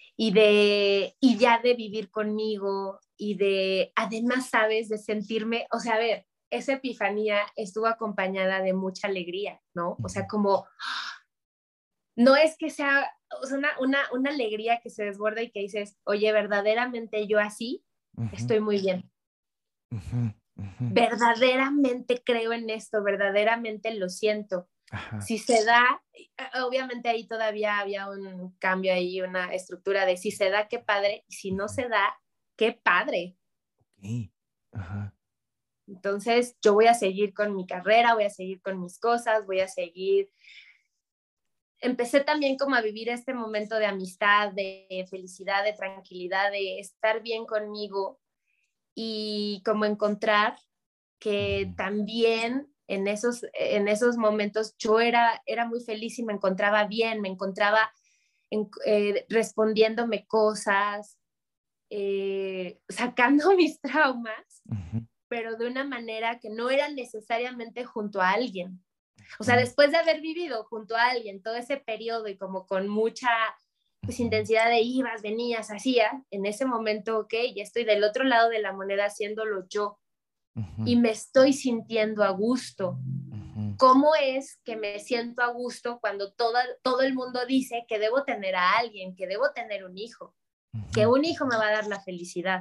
y ya de vivir conmigo y además, sabes, de sentirme, o sea, a ver, esa epifanía estuvo acompañada de mucha alegría, ¿no? O Ujú, sea, como, no es que sea, o sea, una alegría que se desborda y que dices, oye, verdaderamente yo así ujú, estoy muy bien. ujú, ujú. Verdaderamente creo en esto, verdaderamente lo siento. Ajá. Si se da, obviamente ahí todavía había un cambio ahí, una estructura de si se da, qué padre, y si no Ujú, se da, qué padre. ok, ajá. Entonces yo voy a seguir con mi carrera, voy a seguir con mis cosas, voy a seguir. Empecé también como a vivir este momento de amistad, de felicidad, de tranquilidad, de estar bien conmigo y como encontrar que Ujú, también en esos momentos yo era muy feliz y me encontraba bien, me encontraba respondiéndome cosas, sacando mis traumas, ujú, pero de una manera que no era necesariamente junto a alguien. O sea, ujú, después de haber vivido junto a alguien todo ese periodo y como con mucha pues, ujú, intensidad de ibas, venías, hacías, en ese momento, ok, ya estoy del otro lado de la moneda haciéndolo yo ujú, y me estoy sintiendo a gusto. ujú, ¿Cómo es que me siento a gusto cuando todo el mundo dice que debo tener a alguien, que debo tener un hijo, que ujú, un hijo me va a dar la felicidad?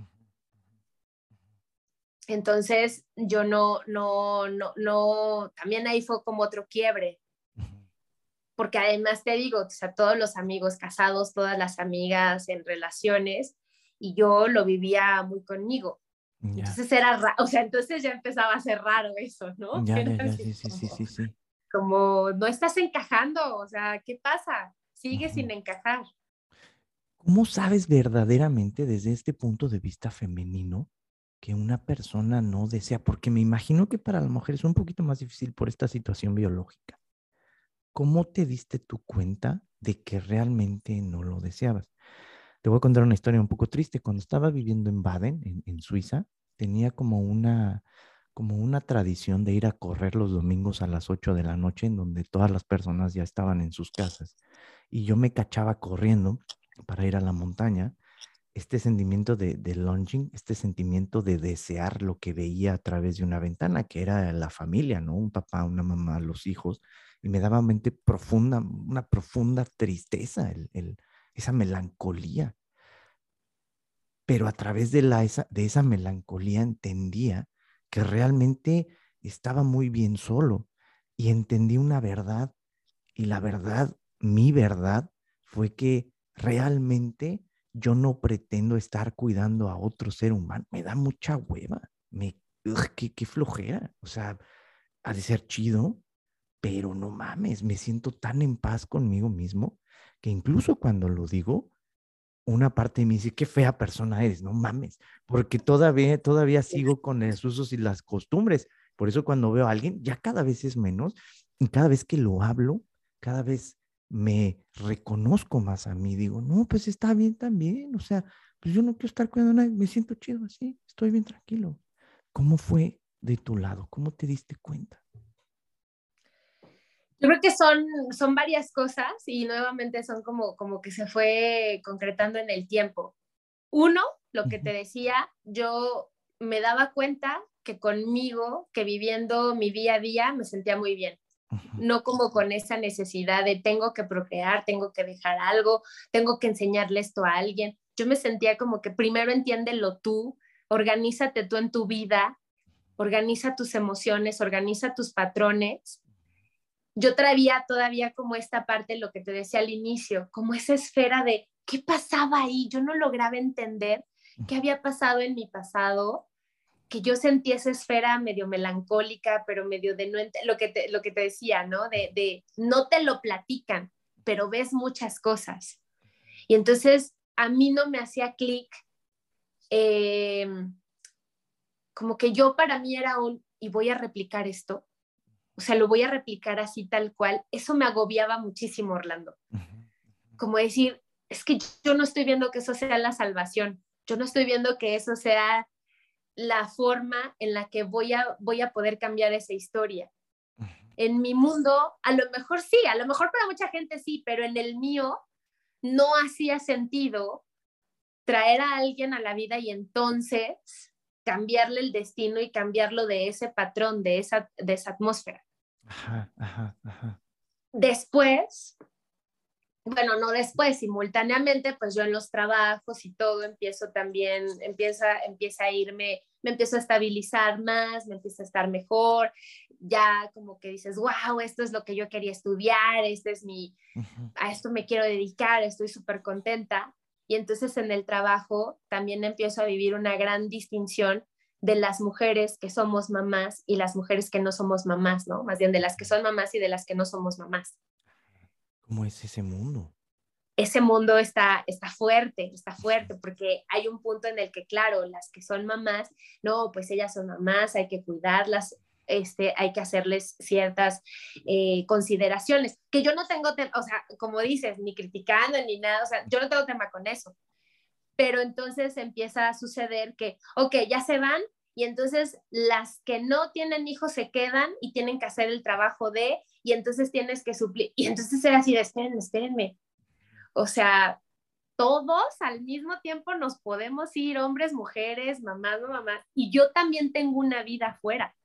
Entonces yo no, también ahí fue como otro quiebre. ujú. porque además te digo, o sea, todos los amigos casados, todas las amigas en relaciones, y yo lo vivía muy conmigo. Ya, Entonces era raro, o sea, entonces ya empezaba a ser raro eso, ¿no? ya, Era ya, ya, así sí, sí, sí, como, sí, sí. como no estás encajando, o sea, ¿qué pasa? Sigue Ujú. sin encajar. ¿Cómo sabes verdaderamente desde este punto de vista femenino que una persona no desea? Porque me imagino que para la mujer es un poquito más difícil por esta situación biológica. ¿Cómo te diste tu cuenta de que realmente no lo deseabas? Te voy a contar una historia un poco triste. Cuando estaba viviendo en Baden, en Suiza, tenía como una tradición de ir a correr los domingos a las 8 de la noche, en donde todas las personas ya estaban en sus casas. Y yo me cachaba corriendo para ir a la montaña. Este sentimiento de longing, este sentimiento de desear lo que veía a través de una ventana, que era la familia, ¿no? Un papá, una mamá, los hijos, y me daba mente profunda, una profunda tristeza, esa melancolía. Pero a través de esa melancolía entendía que realmente estaba muy bien solo y entendí una verdad, y la verdad, mi verdad, fue que realmente yo no pretendo estar cuidando a otro ser humano. Me da mucha hueva. Qué flojera. O sea, ha de ser chido, pero no mames, me siento tan en paz conmigo mismo que incluso cuando lo digo, una parte de mí dice, qué fea persona eres, no mames, porque todavía sigo con los usos y las costumbres. Por eso cuando veo a alguien, ya cada vez es menos, y cada vez que lo hablo, cada vez me reconozco más a mí. Digo, no, pues está bien también, o sea, pues yo no quiero estar cuidando a nadie, me siento chido así, estoy bien tranquilo. ¿Cómo fue de tu lado? ¿Cómo te diste cuenta? Yo creo que son varias cosas y nuevamente son como que se fue concretando en el tiempo. Uno, lo que Ujú, te decía, yo me daba cuenta que conmigo, que viviendo mi día a día, me sentía muy bien. ujú, No como con esa necesidad de tengo que procrear, tengo que dejar algo, tengo que enseñarle esto a alguien. Yo me sentía como que primero entiéndelo tú, organízate tú en tu vida, organiza tus emociones, organiza tus patrones. Yo traía todavía como esta parte, lo que te decía al inicio, como esa esfera de qué pasaba ahí. Yo no lograba entender qué había pasado en mi pasado, que yo sentí esa esfera medio melancólica, pero medio de no lo que te decía, ¿no? De no te lo platican, pero ves muchas cosas. Y entonces a mí no me hacía clic, eh, como que yo para mí era y voy a replicar esto, o sea, lo voy a replicar así tal cual. Eso me agobiaba muchísimo, Orlando. ujú. Como decir, es que yo no estoy viendo que eso sea la salvación, yo no estoy viendo que eso sea la forma en la que voy a poder cambiar esa historia. En mi mundo, a lo mejor sí, a lo mejor para mucha gente sí, pero en el mío no hacía sentido traer a alguien a la vida y entonces cambiarle el destino y cambiarlo de ese patrón, de esa atmósfera. Ajá, ajá, ajá. Después, bueno, no después, simultáneamente, pues yo en los trabajos y todo empiezo también, empieza a irme, me empiezo a estabilizar más, me empiezo a estar mejor, ya como que dices, wow, esto es lo que yo quería estudiar, Ujú. a esto me quiero dedicar, estoy súper contenta. Y entonces en el trabajo también empiezo a vivir una gran distinción de las mujeres que somos mamás y las mujeres que no somos mamás, ¿no? Más bien de las que son mamás y de las que no somos mamás. ¿Cómo es ese mundo? Ese mundo está fuerte, porque hay un punto en el que, claro, las que son mamás, no, pues ellas son mamás, hay que cuidarlas, hay que hacerles ciertas consideraciones, que yo no tengo, o sea, como dices, ni criticando ni nada, o sea, yo no tengo tema con eso, pero entonces empieza a suceder que, ok, ya se van y entonces las que no tienen hijos se quedan y tienen que hacer el trabajo y entonces tienes que suplir, y entonces era así de, espérenme, o sea, todos al mismo tiempo nos podemos ir, hombres, mujeres, mamás, no mamás, y yo también tengo una vida afuera.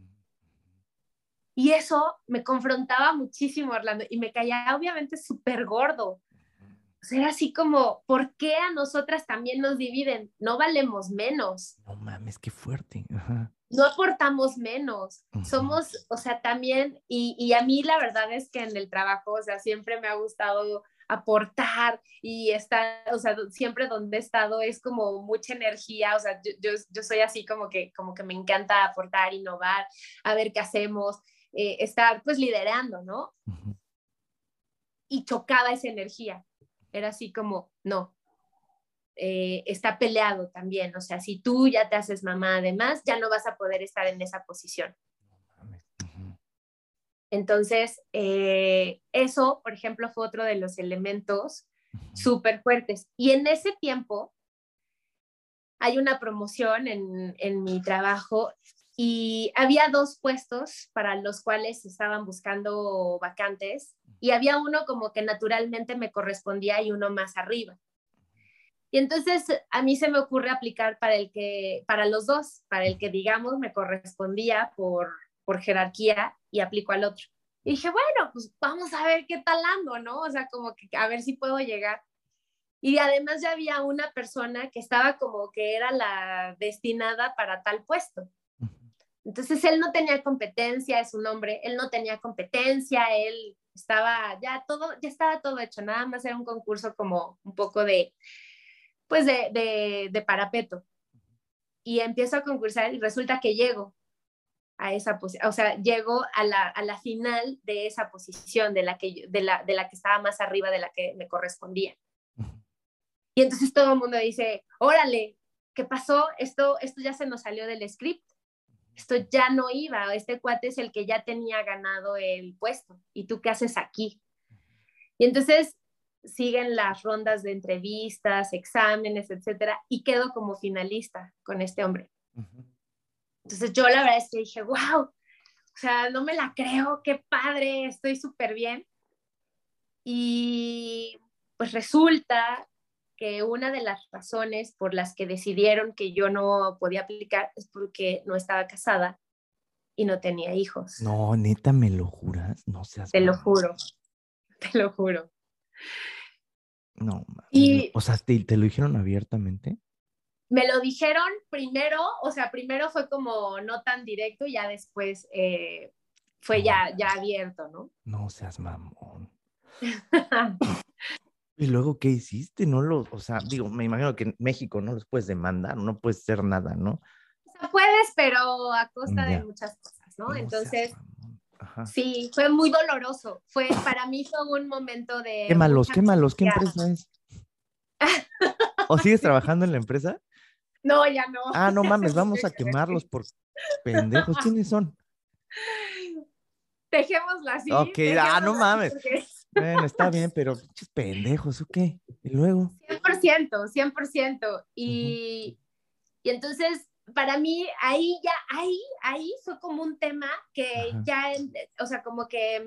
Y eso me confrontaba muchísimo, Orlando, y me caía obviamente súper gordo, Pues era así como, ¿por qué a nosotras también nos dividen? No valemos menos, No mames, qué fuerte. Ajá. no aportamos menos. Ujú. Somos, o sea, también, y a mí la verdad es que en el trabajo, o sea, siempre me ha gustado aportar y estar, o sea, siempre donde he estado es como mucha energía, o sea, yo soy así como que me encanta aportar, innovar, a ver qué hacemos, estar pues liderando, ¿no? Ujú. Y chocaba esa energía. Era así como, no, está peleado también. O sea, si tú ya te haces mamá además, ya no vas a poder estar en esa posición. Mames. Ujú. Entonces, eso, por ejemplo, fue otro de los elementos Ujú. súper fuertes. Y en ese tiempo hay una promoción en mi trabajo y había dos puestos para los cuales estaban buscando vacantes y había uno como que naturalmente me correspondía y uno más arriba. Y entonces a mí se me ocurre aplicar para los dos, para el que digamos me correspondía por jerarquía y aplico al otro. Y dije, bueno, pues vamos a ver qué tal ando, ¿no? O sea, como que a ver si puedo llegar. Y además ya había una persona que estaba como que era la destinada para tal puesto. Ujú. Entonces él no tenía competencia, es un hombre, él no tenía competencia, él estaba ya estaba todo hecho, nada más era un concurso como un poco pues de parapeto. Y empiezo a concursar y resulta que llego a esa posición, o sea, llego a la final de esa posición, de la que estaba más arriba, de la que me correspondía. Ujú. Y entonces todo el mundo dice, órale, ¿qué pasó? Esto ya se nos salió del script, esto ya no iba, este cuate es el que ya tenía ganado el puesto, ¿y tú qué haces aquí? Y entonces siguen las rondas de entrevistas, exámenes, etcétera, y quedo como finalista con este hombre. Ujú. Entonces yo la verdad es que dije, wow, o sea, no me la creo, qué padre, estoy súper bien. Y pues resulta que una de las razones por las que decidieron que yo no podía aplicar es porque no estaba casada y no tenía hijos. No, neta, ¿me lo juras? No seas Te lo mamón. juro, te lo juro. No mames. Y O sea, ¿te lo dijeron abiertamente? me lo dijeron primero, o sea, primero fue como no tan directo, ya después fue No, ya abierto, ¿no? no seas mamón. ¿Y luego qué hiciste? No lo, o sea, digo, me imagino que en México no los puedes demandar, no puedes hacer nada, ¿no? O sea, puedes, pero a costa de Ya, muchas cosas, ¿no? no seas Entonces, mamón. Ajá. sí, fue muy doloroso. Para mí fue un momento de Quémalos, mucha quémalos, ¿qué angustia. empresa es? ¿O sigues trabajando en la empresa? No, ya no. Ah, no mames, vamos ¿Qué a crees? quemarlos por pendejos. ¿Quiénes son? Ok, no Dejémoslo así mames. porque Bueno, está bien, pero pinches pendejos, ¿o qué? Y luego. 100%, 100%. Ujú. Y entonces, para mí, ahí fue como un tema que Ajá. ya, o sea, como que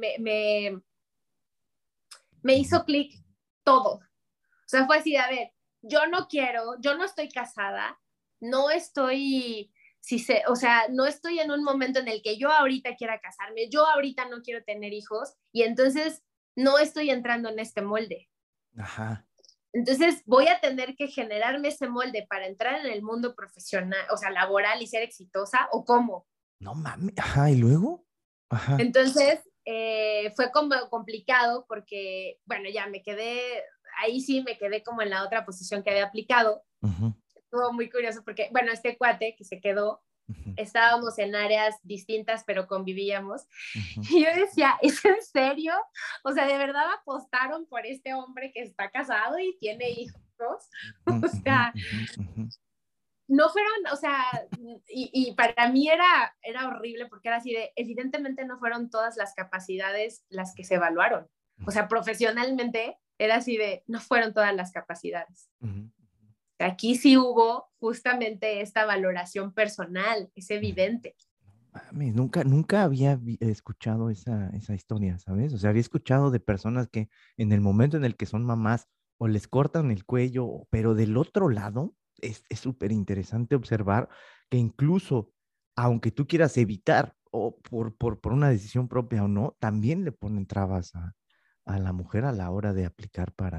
me Ujú. hizo clic todo. O sea, fue así de, a ver, yo no quiero, yo no estoy casada, no estoy, o sea, no estoy en un momento en el que yo ahorita quiera casarme, yo ahorita no quiero tener hijos y entonces no estoy entrando en este molde. Ajá. Entonces voy a tener que generarme ese molde para entrar en el mundo profesional, o sea, laboral y ser exitosa o cómo. No mames. Ajá, ¿y luego? Ajá. Entonces fue como complicado porque, bueno, ya me quedé, ahí sí me quedé como en la otra posición que había aplicado. Ujú. Estuvo muy curioso porque, bueno, este cuate que se quedó, Ujú. estábamos en áreas distintas, pero convivíamos. Ujú. Y yo decía, ¿es en serio? O sea, ¿de verdad apostaron por este hombre que está casado y tiene hijos? Ujú. O Ujú. sea, Ujú. Ujú. no fueron, o sea, y para mí era horrible porque era así de, evidentemente no fueron todas las capacidades las que se evaluaron. O sea, profesionalmente era así de, no fueron todas las capacidades. Ujú. Aquí sí hubo justamente esta valoración personal, es Ujú. evidente. Mames, nunca había escuchado esa historia, ¿sabes? O sea, había escuchado de personas que en el momento en el que son mamás o les cortan el cuello, pero del otro lado es súper interesante observar que incluso, aunque tú quieras evitar o por una decisión propia o no, también le ponen trabas a la mujer a la hora de aplicar para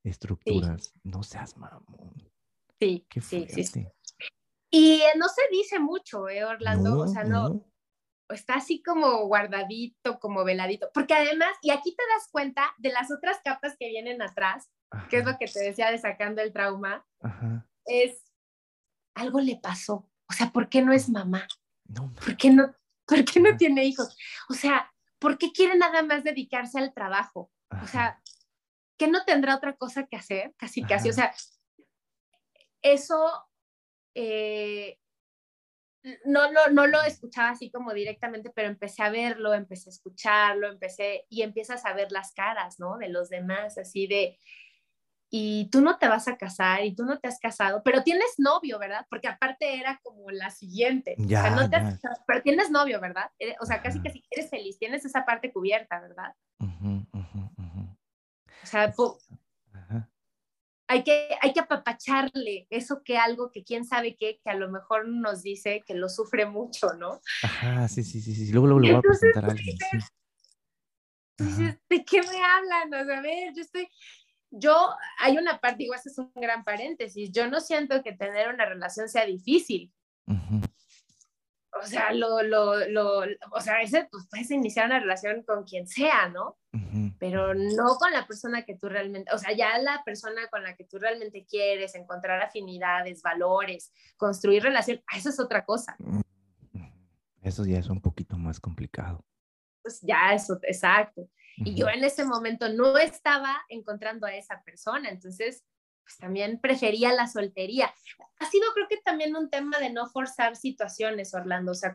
Sí, estructuras. No seas mamón. sí, Qué sí, sí. fuerte. Y no se dice mucho, Orlando, o No, sea, no, no. está así como guardadito, como veladito, porque además, y aquí te das cuenta de las otras capas que vienen atrás, que es lo Ajá, que te decía de sacando el trauma, ajá. es algo le pasó, o sea, ¿por qué no es mamá? No, ¿Por qué no, por qué no ajá, tiene hijos? O sea, ¿por qué quiere nada más dedicarse al trabajo? O ajá, sea, ¿qué no tendrá otra cosa que hacer? Casi, casi, o ajá, sea, eso eh, no lo escuchaba así como directamente, pero empecé a verlo, empecé a escucharlo, y empiezas a ver las caras, ¿no? De los demás, así de, y tú no te vas a casar, y tú no te has casado, pero tienes novio, ¿verdad? Porque aparte era como la siguiente, o sea, ya, no te has ya, casado, pero tienes novio, ¿verdad? O sea, casi, ajá, casi eres feliz, tienes esa parte cubierta, ¿verdad? ujú, ujú, ujú. O sea, Ajá, hay que apapacharle eso que algo que quién sabe qué, que a lo mejor nos dice que lo sufre mucho, ¿no? ajá, sí, sí, sí, sí. Luego le Y voy a entonces presentar a alguien, sí. tú Ajá, dices, ¿de qué me hablan? O sea, a ver, hay una parte, igual este es un gran paréntesis, yo no siento que tener una relación sea difícil. ujú, O sea, o sea, pues puedes iniciar una relación con quien sea, ¿no? ujú, Pero ujú. no con la persona que tú realmente, o sea, ya la persona con la que tú realmente quieres, encontrar afinidades, valores, construir relación, eso es otra cosa. Mm, ujú. Eso ya es un poquito más complicado. Pues ya eso, exacto. Y yo Ujú, en ese momento no estaba encontrando a esa persona, entonces pues también prefería la soltería. Ha sido creo que también un tema de no forzar situaciones, Orlando, o sea,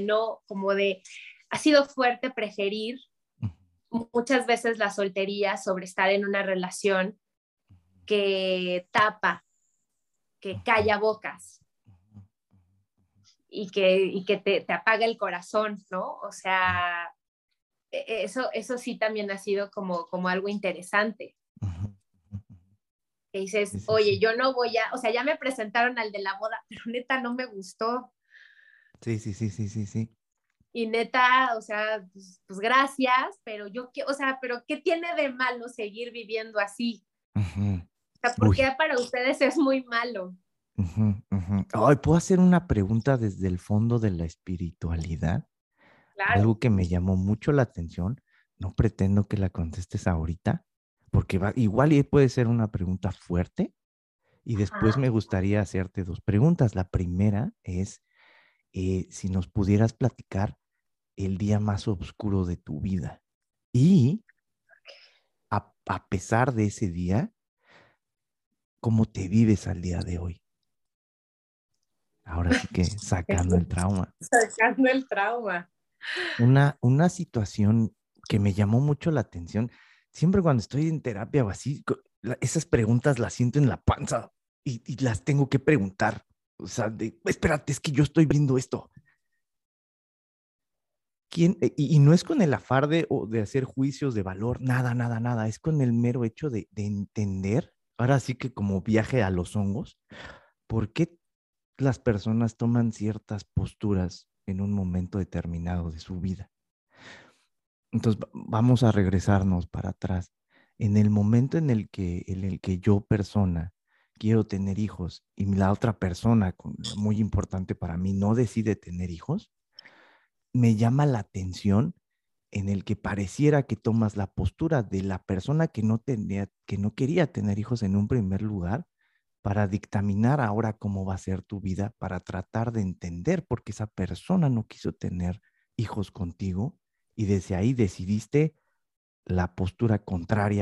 ha sido fuerte preferir ujú, muchas veces la soltería sobre estar en una relación que tapa, que ujú, calla bocas ujú, y que te apaga el corazón, ¿no? O ujú, sea, eso sí también ha sido como algo interesante. ujú, ujú. Que dices, Sí, sí, oye, sí. yo no voy a, o sea, ya me presentaron al de la boda, pero neta no me gustó. Sí, sí, sí, sí, sí, sí. Y neta, o sea, pues gracias, pero o sea, pero ¿qué tiene de malo seguir viviendo así? Ujú. O sea, ¿por Uy. qué para ustedes es muy malo? Ujú, ujú. Ay, ¿puedo hacer una pregunta desde el fondo de la espiritualidad? Claro. Algo que me llamó mucho la atención. No pretendo que la contestes ahorita, porque igual y puede ser una pregunta fuerte. Y después Ajá. me gustaría hacerte dos preguntas. La primera es si nos pudieras platicar el día más oscuro de tu vida. Y a pesar de ese día, ¿cómo te vives al día de hoy? Ahora sí que sacando el trauma. Sacando el trauma. Una situación que me llamó mucho la atención, siempre cuando estoy en terapia o así, esas preguntas las siento en la panza y las tengo que preguntar. O sea, espérate, es que yo estoy viendo esto. ¿Quién? Y no es con el afán o de hacer juicios de valor, nada, nada, nada. Es con el mero hecho de entender, ahora sí que como viaje a los hongos, por qué las personas toman ciertas posturas en un momento determinado de su vida. Entonces vamos a regresarnos para atrás. En el momento en el que yo, persona, quiero tener hijos y la otra persona, muy importante para mí, no decide tener hijos, me llama la atención en el que pareciera que tomas la postura de la persona que no quería tener hijos en un primer lugar para dictaminar ahora cómo va a ser tu vida, para tratar de entender por qué esa persona no quiso tener hijos contigo y desde ahí decidiste la postura contraria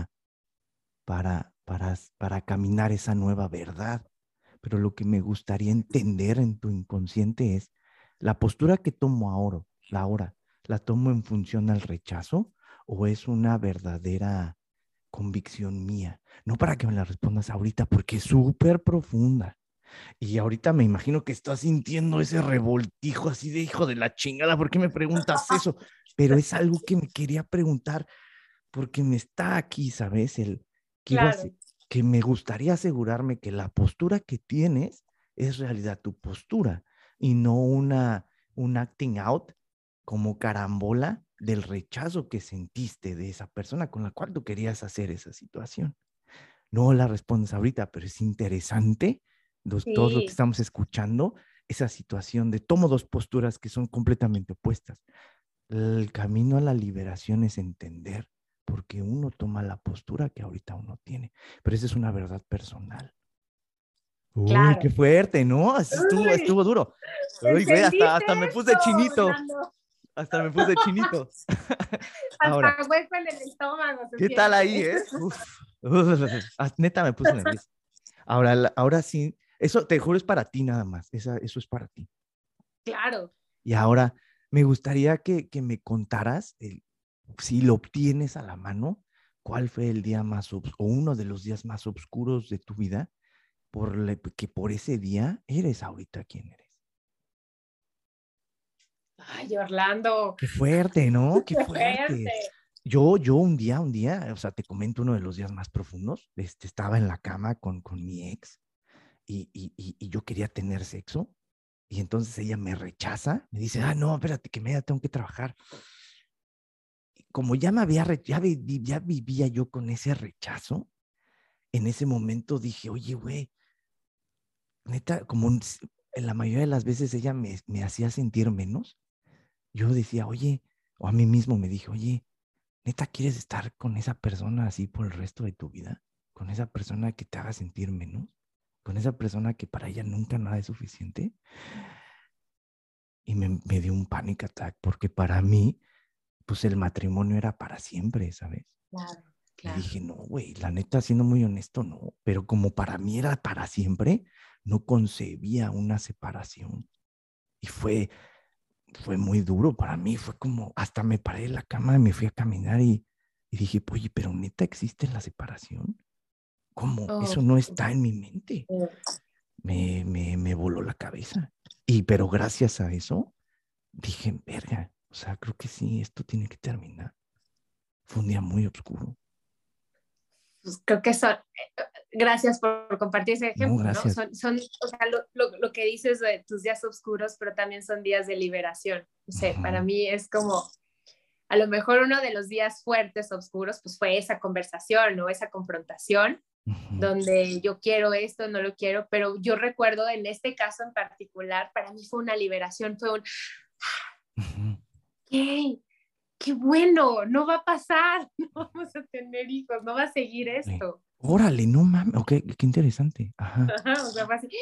para caminar esa nueva verdad. Pero lo que me gustaría entender en tu inconsciente es la postura que tomo ahora, ¿la tomo en función al rechazo o es una verdadera convicción mía? No para que me la respondas ahorita porque es súper profunda. Y ahorita me imagino que estás sintiendo ese revoltijo así de hijo de la chingada, ¿por qué me preguntas eso? Pero es algo que me quería preguntar porque me está aquí, ¿sabes? Quiero Claro. hacer, que me gustaría asegurarme que la postura que tienes es realidad tu postura y no un acting out como carambola del rechazo que sentiste de esa persona con la cual tú querías hacer esa situación. no la respondes ahorita, pero es interesante, todos los que Sí, estamos escuchando, esa situación de tomo dos posturas que son completamente opuestas. El camino a la liberación es entender por qué uno toma la postura que ahorita uno tiene, pero esa es una verdad personal. Uy, qué claro. fuerte, ¿no? Así estuvo, Uy, estuvo duro. Uy, güey, ¿entendiste hasta me esto, puse chinito. Orlando? Hasta me puse chinito. Hasta Ahora, hueco en el estómago se ¿qué tal ahí, siente. eh? Uf, neta me puse nervioso. Ahora, ahora sí, eso te juro es para ti nada más. Eso es para ti. Claro. Y ahora me gustaría que me contaras, si lo obtienes a la mano, cuál fue el día más, o uno de los días más oscuros de tu vida, que por ese día eres ahorita quien eres. Ay, Orlando, Qué fuerte, ¿no? Qué qué fuerte. fuerte. Yo un día, o sea, te comento uno de los días más profundos, estaba en la cama con mi ex y yo quería tener sexo y entonces ella me rechaza, me dice, no, espérate, que me tengo que trabajar. Como ya me había, ya vivía yo con ese rechazo, en ese momento dije, oye, güey, neta, en la mayoría de las veces ella me hacía sentir menos, yo decía, oye, o a mí mismo me dije, oye, ¿neta quieres estar con esa persona así por el resto de tu vida? ¿Con esa persona que te haga sentir menos? ¿Con esa persona que para ella nunca nada es suficiente? Y me dio un panic attack porque para mí, pues el matrimonio era para siempre, ¿sabes? Claro, Y claro. dije, no, güey, la neta, siendo muy honesto, no. Pero como para mí era para siempre, no concebía una separación. Y fue muy duro para mí. Fue como, hasta me paré de la cama y me fui a caminar y dije, oye, pero neta existe la separación. ¿Cómo? Oh, Eso no está en mi mente. Me voló la cabeza. Pero gracias a eso, dije, verga, o sea, creo que sí, esto tiene que terminar. Fue un día muy oscuro. pues creo que son, gracias por compartir ese No, ejemplo, ¿no? gracias. O sea, lo que dices de tus días oscuros, pero también son días de liberación. No sé, para Ujú, mí es como, a lo mejor uno de los días fuertes, oscuros, pues fue esa conversación, ¿no? Esa confrontación, ujú, donde yo quiero esto, no lo quiero, pero yo recuerdo en este caso en particular, para mí fue una liberación, fue un, ujú. ¡hey! ¡Qué bueno! No va a pasar, no vamos a tener hijos, no va a seguir Órale, esto. órale, no mames, ok, qué interesante. Ajá, O sea, fue así.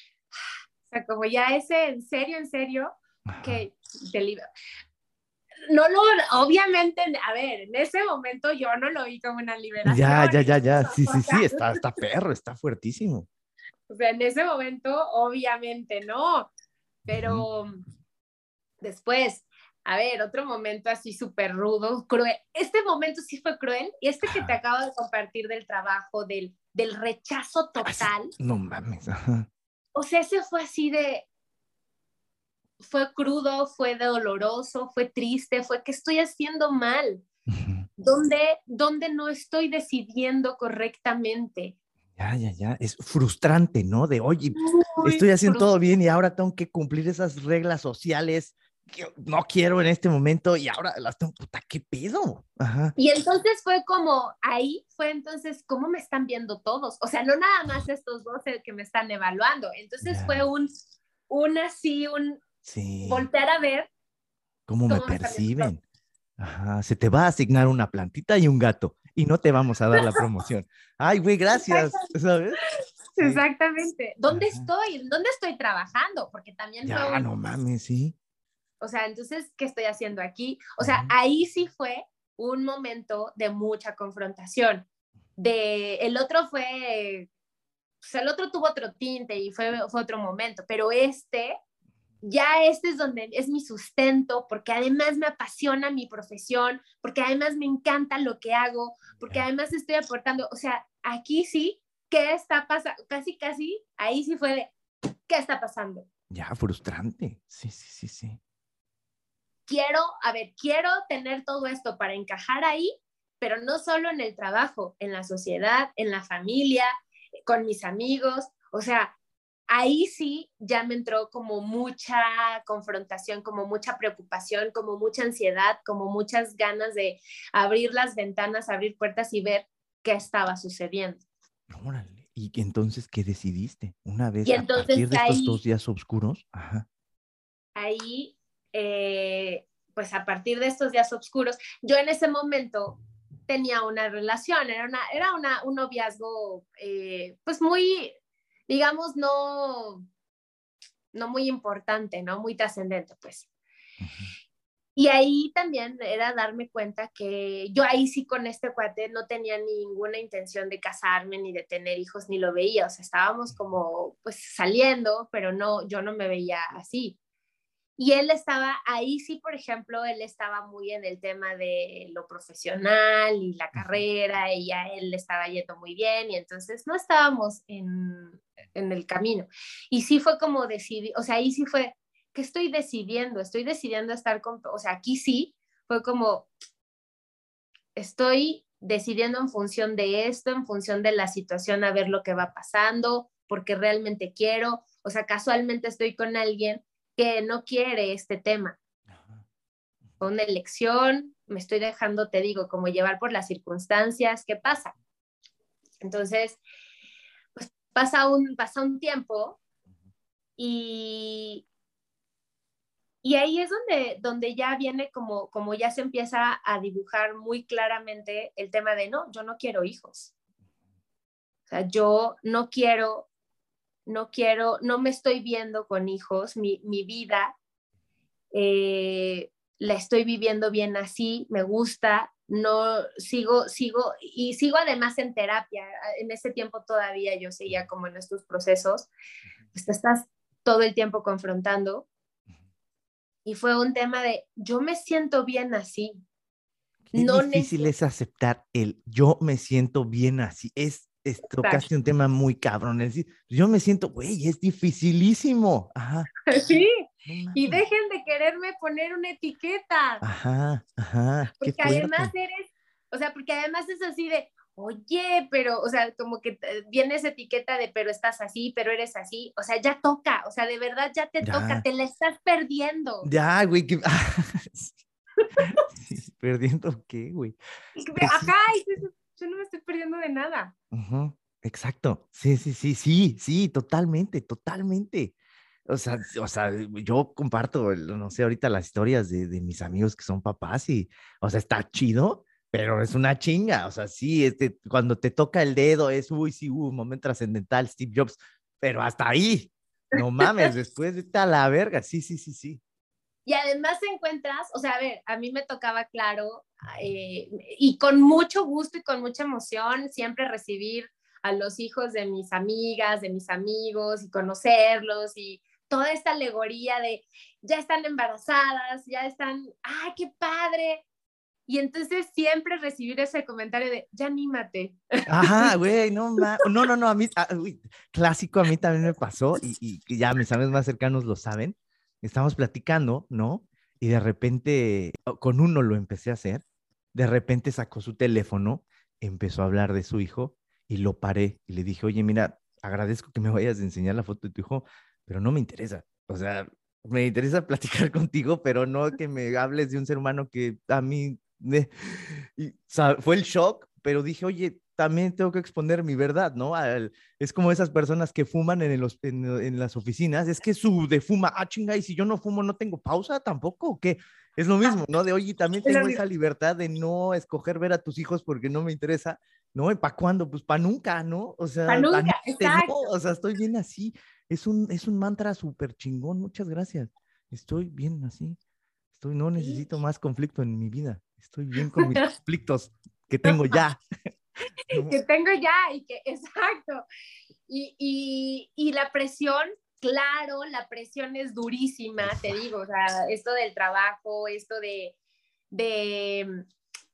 O sea, como ya ese en serio, ajá. que te libera. No lo, obviamente, a ver, en ese momento yo no lo vi como una Ya, liberación. ya, ya, ya. Sí, O sí, sí, sea, está perro, está fuertísimo. o sea, en ese momento, obviamente no. Ujú. Pero después, a ver, otro momento así súper rudo, cruel. Este momento sí fue cruel. Y este que te Ajá. acabo de compartir del trabajo, del rechazo Así, total. no mames, ajá. O sea, ese fue así de, fue crudo, fue doloroso, fue triste, fue que estoy haciendo mal, Ujú. donde no estoy decidiendo correctamente. Ya, ya, ya. Es frustrante, ¿no? De, oye, Muy estoy haciendo todo frustrante. bien y ahora tengo que cumplir esas reglas sociales que no quiero en este momento y ahora las tengo, puta, ¿qué pedo? Ajá. Y entonces fue como, ahí fue entonces, ¿cómo me están viendo todos? O sea, no nada más estos dos que me están evaluando. Entonces fue Ya, un así, un sí. voltear a ver ¿Cómo me cómo me están viendo todos. perciben? Ajá, se te va a asignar una plantita y un gato y no te vamos a dar la promoción. Ay, güey, gracias, ¿sabes? Sí. Exactamente. ¿Dónde Ajá. estoy? ¿Dónde estoy trabajando? Porque también fue Ya, no mames, sí. o sea, entonces, ¿qué estoy haciendo aquí? O sea, Ujú. ahí sí fue un momento de mucha confrontación. El otro fue, pues el otro tuvo otro tinte y fue otro momento, pero este es donde es mi sustento, porque además me apasiona mi profesión, porque además me encanta lo que hago, porque Ya, además estoy aportando, o sea, aquí sí, ¿qué está pasando? Casi, casi, ahí sí fue de, ¿qué está pasando? ya, frustrante. Sí, sí, sí, sí. Quiero tener todo esto para encajar ahí, pero no solo en el trabajo, en la sociedad, en la familia, con mis amigos, o sea, ahí sí ya me entró como mucha confrontación, como mucha preocupación, como mucha ansiedad, como muchas ganas de abrir las ventanas, abrir puertas y ver qué estaba sucediendo. Órale. ¿Y entonces qué decidiste? Una Y vez a entonces partir de estos 2 días oscuros, ajá. ahí, pues a partir de estos días oscuros, yo en ese momento tenía una relación, un noviazgo, pues muy, digamos, no muy importante, ¿no? Muy trascendente, pues. Ujú. Y ahí también era darme cuenta que yo ahí sí con este cuate no tenía ninguna intención de casarme ni de tener hijos, ni lo veía, o sea, estábamos como pues saliendo, pero no, yo no me veía así. Y él estaba, ahí sí, por ejemplo, él estaba muy en el tema de lo profesional y la Ujú. carrera, y a él le estaba yendo muy bien, y entonces no estábamos en el camino. Y sí fue como decidir, o sea, ahí sí fue, ¿qué estoy decidiendo estar con, o sea, aquí sí, fue como, estoy decidiendo en función de esto, en función de la situación, a ver lo que va pasando, porque realmente quiero, o sea, casualmente estoy con alguien que no quiere este tema. Ajá. Fue una elección, me estoy dejando, te digo, como llevar por las circunstancias, ¿qué pasa? Entonces, pues pasa un tiempo y, y ahí es donde ya viene como ya se empieza a dibujar muy claramente el tema de no, yo no quiero hijos. O sea, yo no me estoy viendo con hijos, mi vida la estoy viviendo bien así, me gusta, no sigo además en terapia. En ese tiempo todavía yo seguía como en estos procesos, pues te estás todo el tiempo confrontando y fue un tema de yo me siento bien así, Qué no difícil necesito. es aceptar el yo me siento bien así. Tocaste un tema muy cabrón. Es decir, yo me siento, güey, es dificilísimo. Ajá. Sí, No y mames. dejen de quererme poner una etiqueta. Ajá, ajá, qué Porque además fuerte. o sea, porque además es así de, oye, pero, o sea, como que viene esa etiqueta de, pero estás así, pero eres así, o sea, ya toca, o sea, de verdad ya te toca, Ya, te la estás perdiendo. ya, güey, sí, ¿perdiendo qué, güey? Pues Ajá, sí. y dices, yo no me estoy perdiendo de nada. Ujú, exacto. Sí, sí, sí, sí, sí, totalmente, totalmente. O sea, yo comparto, no sé, ahorita las historias de mis amigos que son papás y, o sea, está chido, pero es una chinga. O sea, sí, cuando te toca el dedo es, uy, sí, un momento trascendental, Steve Jobs, pero hasta ahí, no mames, después vete a la verga. Sí, sí, sí, sí. Y además te encuentras, o sea, a ver, a mí me tocaba, claro, y con mucho gusto y con mucha emoción, siempre recibir a los hijos de mis amigas, de mis amigos y conocerlos y toda esta alegoría de ya están embarazadas, ya están, ¡ay, qué padre! Y entonces siempre recibir ese comentario de, ya anímate. Ajá, güey, no, no, no, a mí, uy, clásico, a mí también me pasó y ya mis amigos más cercanos lo saben. Estamos platicando, ¿no? Y de repente, con uno lo empecé a hacer, de repente sacó su teléfono, empezó a hablar de su hijo y lo paré y le dije, oye, mira, agradezco que me vayas a enseñar la foto de tu hijo, pero no me interesa. O sea, me interesa platicar contigo, pero no que me hables de un ser humano que a mí fue el shock, pero dije, oye, también tengo que exponer mi verdad, ¿no? Es como esas personas que fuman en las oficinas, es que su de fuma, chinga, y si yo no fumo, no tengo pausa tampoco, ¿o qué? Es lo mismo, ¿no? De, oye, también Es lo tengo mismo. esa libertad de no escoger ver a tus hijos porque no me interesa, ¿no? ¿Y para cuándo? Pues para nunca, ¿no? O Para sea, nunca, anímate, ¿no? exacto. O sea, estoy bien así. Es un mantra súper chingón, muchas gracias. Estoy bien así. No Sí. necesito más conflicto en mi vida. Estoy bien con mis conflictos que tengo ya. No. Que tengo ya y que, exacto. Y la presión, claro, la presión es durísima, Uf, te digo, o sea, esto del trabajo, esto de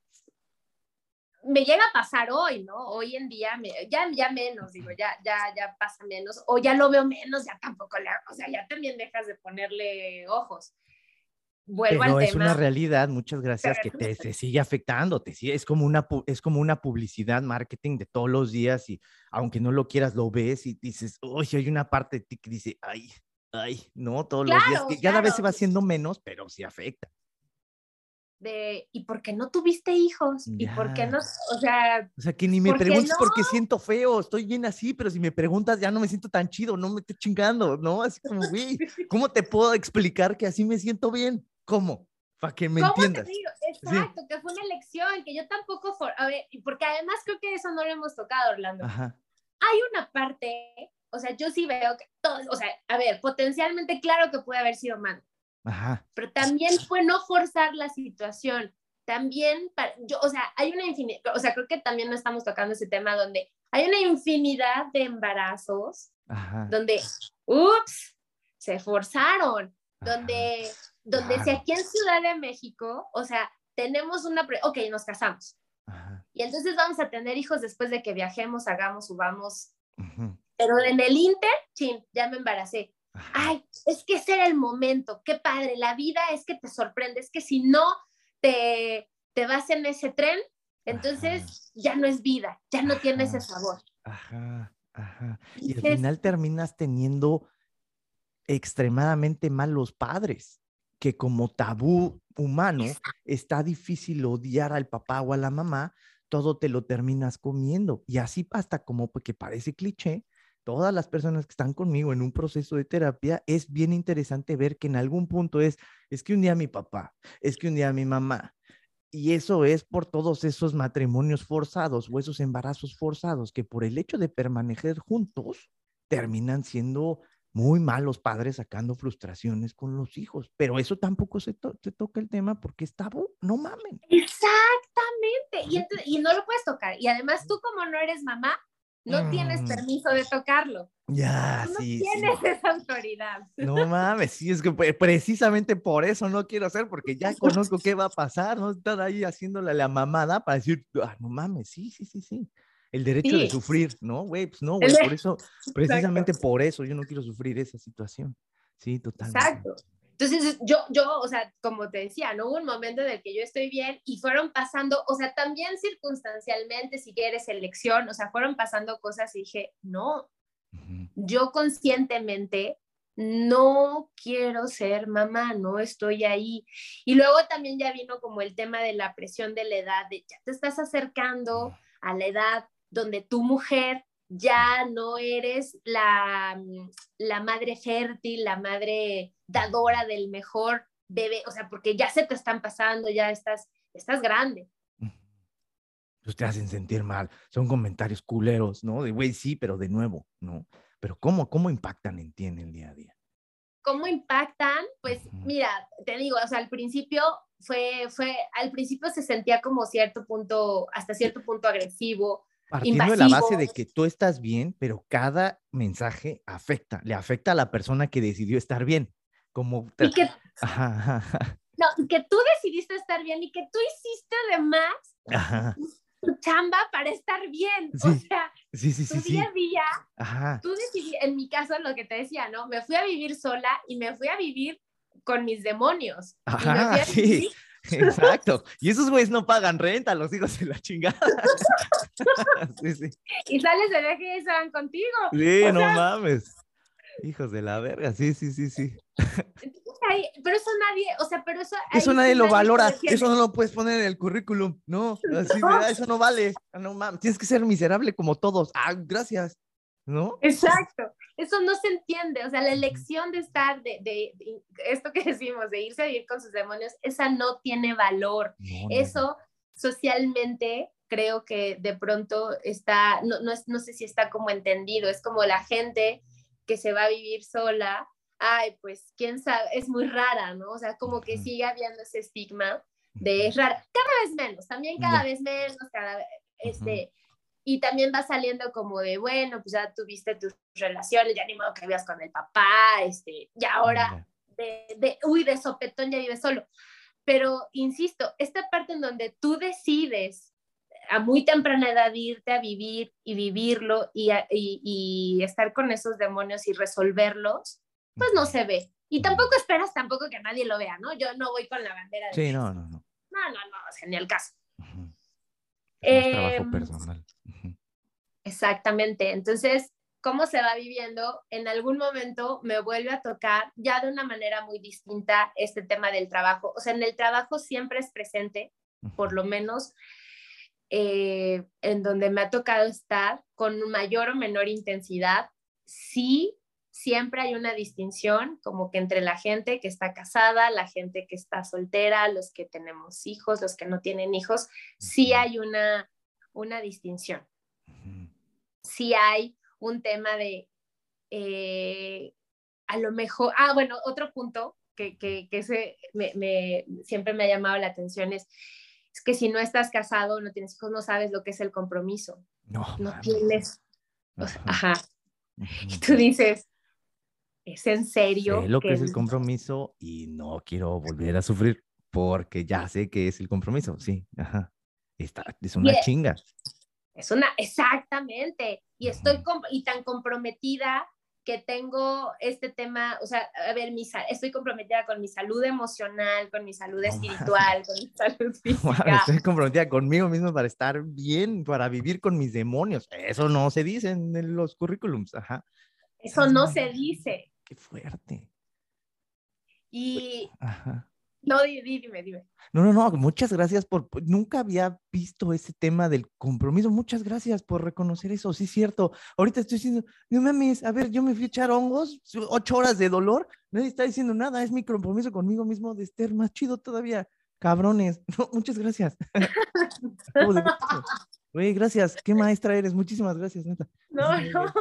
me llega a pasar hoy, ¿no? Hoy en día, ya menos, digo, ya pasa menos, o ya lo veo menos, ya tampoco, o sea, ya también dejas de ponerle ojos. Vuelvo al pero es una tema, realidad, muchas gracias, que te sigue afectando, es como una publicidad, marketing de todos los días y aunque no lo quieras, lo ves y dices, oye, hay una parte de ti que dice, ay, ay, no, todos los días, claro, que cada vez se claro, va haciendo menos, pero sí afecta. ¿y por qué no tuviste hijos? ¿Y por qué Ya. no? O sea, que ni me ¿por qué preguntes no? porque siento feo, estoy bien así, pero si me preguntas ya no me siento tan chido, no me estoy chingando, ¿no? Así como, güey, ¿cómo te puedo explicar que así me siento bien? ¿Cómo? Para que me ¿Cómo te entiendas. digo? Sí. Exacto, que fue una elección, que yo tampoco, a ver, porque además creo que eso no lo hemos tocado, Orlando. Ajá. Hay una parte, o sea, yo sí veo que todo, o sea, a ver, potencialmente claro que puede haber sido malo, Ajá. pero también fue no forzar la situación. También, o sea, hay una infinidad, o sea, creo que también no estamos tocando ese tema donde hay una infinidad de embarazos Ajá. donde, ups, se forzaron, Ajá. donde si Claro. aquí en Ciudad de México, o sea, tenemos ok, nos casamos. Ajá. Y entonces vamos a tener hijos después de que viajemos, hagamos, subamos. Ujú. Pero en el Inter, chin, ya me embaracé. Ajá. Ay, es que ese era el momento, qué padre, la vida es que te sorprende, es que si no te vas en ese tren, Ajá. entonces ya no es vida, ya no tiene ese Ajá. sabor. Ajá. Ajá. Y al Entonces, final terminas teniendo extremadamente malos padres, que como tabú humano está difícil odiar al papá o a la mamá, todo te lo terminas comiendo. Y así hasta como que parece cliché, todas las personas que están conmigo en un proceso de terapia, es bien interesante ver que en algún punto es que un día mi papá, es que un día mi mamá, y eso es por todos esos matrimonios forzados o esos embarazos forzados que por el hecho de permanecer juntos terminan siendo muy malos padres sacando frustraciones con los hijos. Pero eso tampoco se toca el tema porque es tabú. No mamen. exactamente. Y no lo puedes tocar. Y además tú como no eres mamá, no tienes Mm, permiso de tocarlo. ya, Tú no sí, tienes sí. esa autoridad. No mames, sí, es que precisamente por eso no quiero hacer, porque ya conozco qué va a pasar, no estar ahí haciéndole la mamada para decir, ah, no mames, sí, sí, sí, sí. El derecho de Sí, sufrir, ¿no, güey? Pues no, güey, por eso, exacto. precisamente por eso yo no quiero sufrir esa situación. Sí, totalmente. Exacto. Entonces, o sea, como te decía, no hubo un momento en el que yo estoy bien y fueron pasando, o sea, también circunstancialmente, si quieres elección, o sea, fueron pasando cosas y dije, no, Ujú. yo conscientemente no quiero ser mamá, no estoy ahí. Y luego también ya vino como el tema de la presión de la edad, de ya te estás acercando a la edad donde tu mujer ya no eres la madre fértil, la madre dadora del mejor bebé, o sea, porque ya se te están pasando, ya estás grande. Pues te hacen sentir mal. Son comentarios culeros, ¿no? De güey, sí, pero de nuevo, ¿no? Pero ¿cómo impactan en ti en el día a día? ¿Cómo impactan? Pues Ujú. mira, te digo, o sea, al principio se sentía como cierto punto, hasta cierto punto agresivo, Partiendo de la base invasivo, de que tú estás bien, pero cada mensaje le afecta a la persona que decidió estar bien. Como, y que, ajá, ajá, ajá, no, que tú decidiste estar bien y que tú hiciste además ajá, tu chamba para estar bien, o sí, sea, sí, sí, sí, tu día sí, a día, ajá, tú decidiste, en mi caso lo que te decía, ¿no? Me fui a vivir sola y me fui a vivir con mis demonios y me fui ajá, a sí, vivir exacto. Y esos güeyes no pagan renta, los hijos de la chingada. Sí, sí, y sales de viaje y se van contigo, sí, o no sea, mames. Hijos de la verga, sí, sí, sí, sí. pero eso nadie, o sea, pero eso Eso ahí nadie sí lo nadie te valora, eso detiene. no lo puedes poner en el currículum, no, así de, No, ah, eso no vale, ah, no mames, tienes que ser miserable como todos, ah, gracias, ¿no? exacto, eso no se entiende, o sea, la Ujú. elección de estar, de esto que decimos, de irse a vivir con sus demonios, esa no tiene valor. No, no, no. Eso socialmente creo que de pronto está, no sé si está como entendido, es como la gente que se va a vivir sola, ay, pues quién sabe, es muy rara, ¿no? O sea, como que Ujú, sigue habiendo ese estigma de ujú. es rara, cada vez menos, también cada Ya. vez menos, Ujú. y también va saliendo como de, bueno, pues ya tuviste tus relaciones, ya ni modo que vivas con el papá, ya ahora Ya. de sopetón ya vives solo. Pero, insisto, esta parte en donde tú decides a muy temprana edad irte a vivir y vivirlo y estar con esos demonios y resolverlos, pues no Ujú. se ve. Y Ya. tampoco esperas tampoco que nadie lo vea, ¿no? Yo no voy con la bandera de Sí, que no, no, no. no, o sea, ni el caso. Ujú. Es más Eh, trabajo personal. Ujú. exactamente. Entonces, cómo se va viviendo, en algún momento me vuelve a tocar ya de una manera muy distinta este tema del trabajo. O sea, en el trabajo siempre es presente, por lo menos en donde me ha tocado estar, con mayor o menor intensidad. Sí, siempre hay una distinción como que entre la gente que está casada, la gente que está soltera, los que tenemos hijos, los que no tienen hijos, sí hay una distinción. Sí hay un tema de a lo mejor, bueno, otro punto que siempre me ha llamado la atención es que si no estás casado, no tienes hijos, no sabes lo que es el compromiso. No tienes, o sea, ajá. Y tú dices, ¿es en Sé serio lo que que es el compromiso y no quiero volver a sufrir porque ya sé que es el compromiso. Sí, ajá. Es una chinga. Es exactamente, y y tan comprometida que tengo este tema, o sea, a ver, estoy comprometida con mi salud emocional, con mi salud espiritual, con mi salud física. Estoy comprometida conmigo mismo para estar bien, para vivir con mis demonios. Eso no se dice en los currículums, ajá. Eso no se dice. Qué fuerte. Y, ajá. No, dime. No, muchas gracias nunca había visto ese tema del compromiso, muchas gracias por reconocer eso, sí es cierto, ahorita estoy diciendo, no mames, a ver, yo me fui a echar hongos, 8 horas de dolor, nadie está diciendo nada, es mi compromiso conmigo mismo de estar más chido todavía, cabrones, no, muchas gracias. Acabo de ver eso. Güey, gracias, qué maestra eres, muchísimas gracias, neta. No.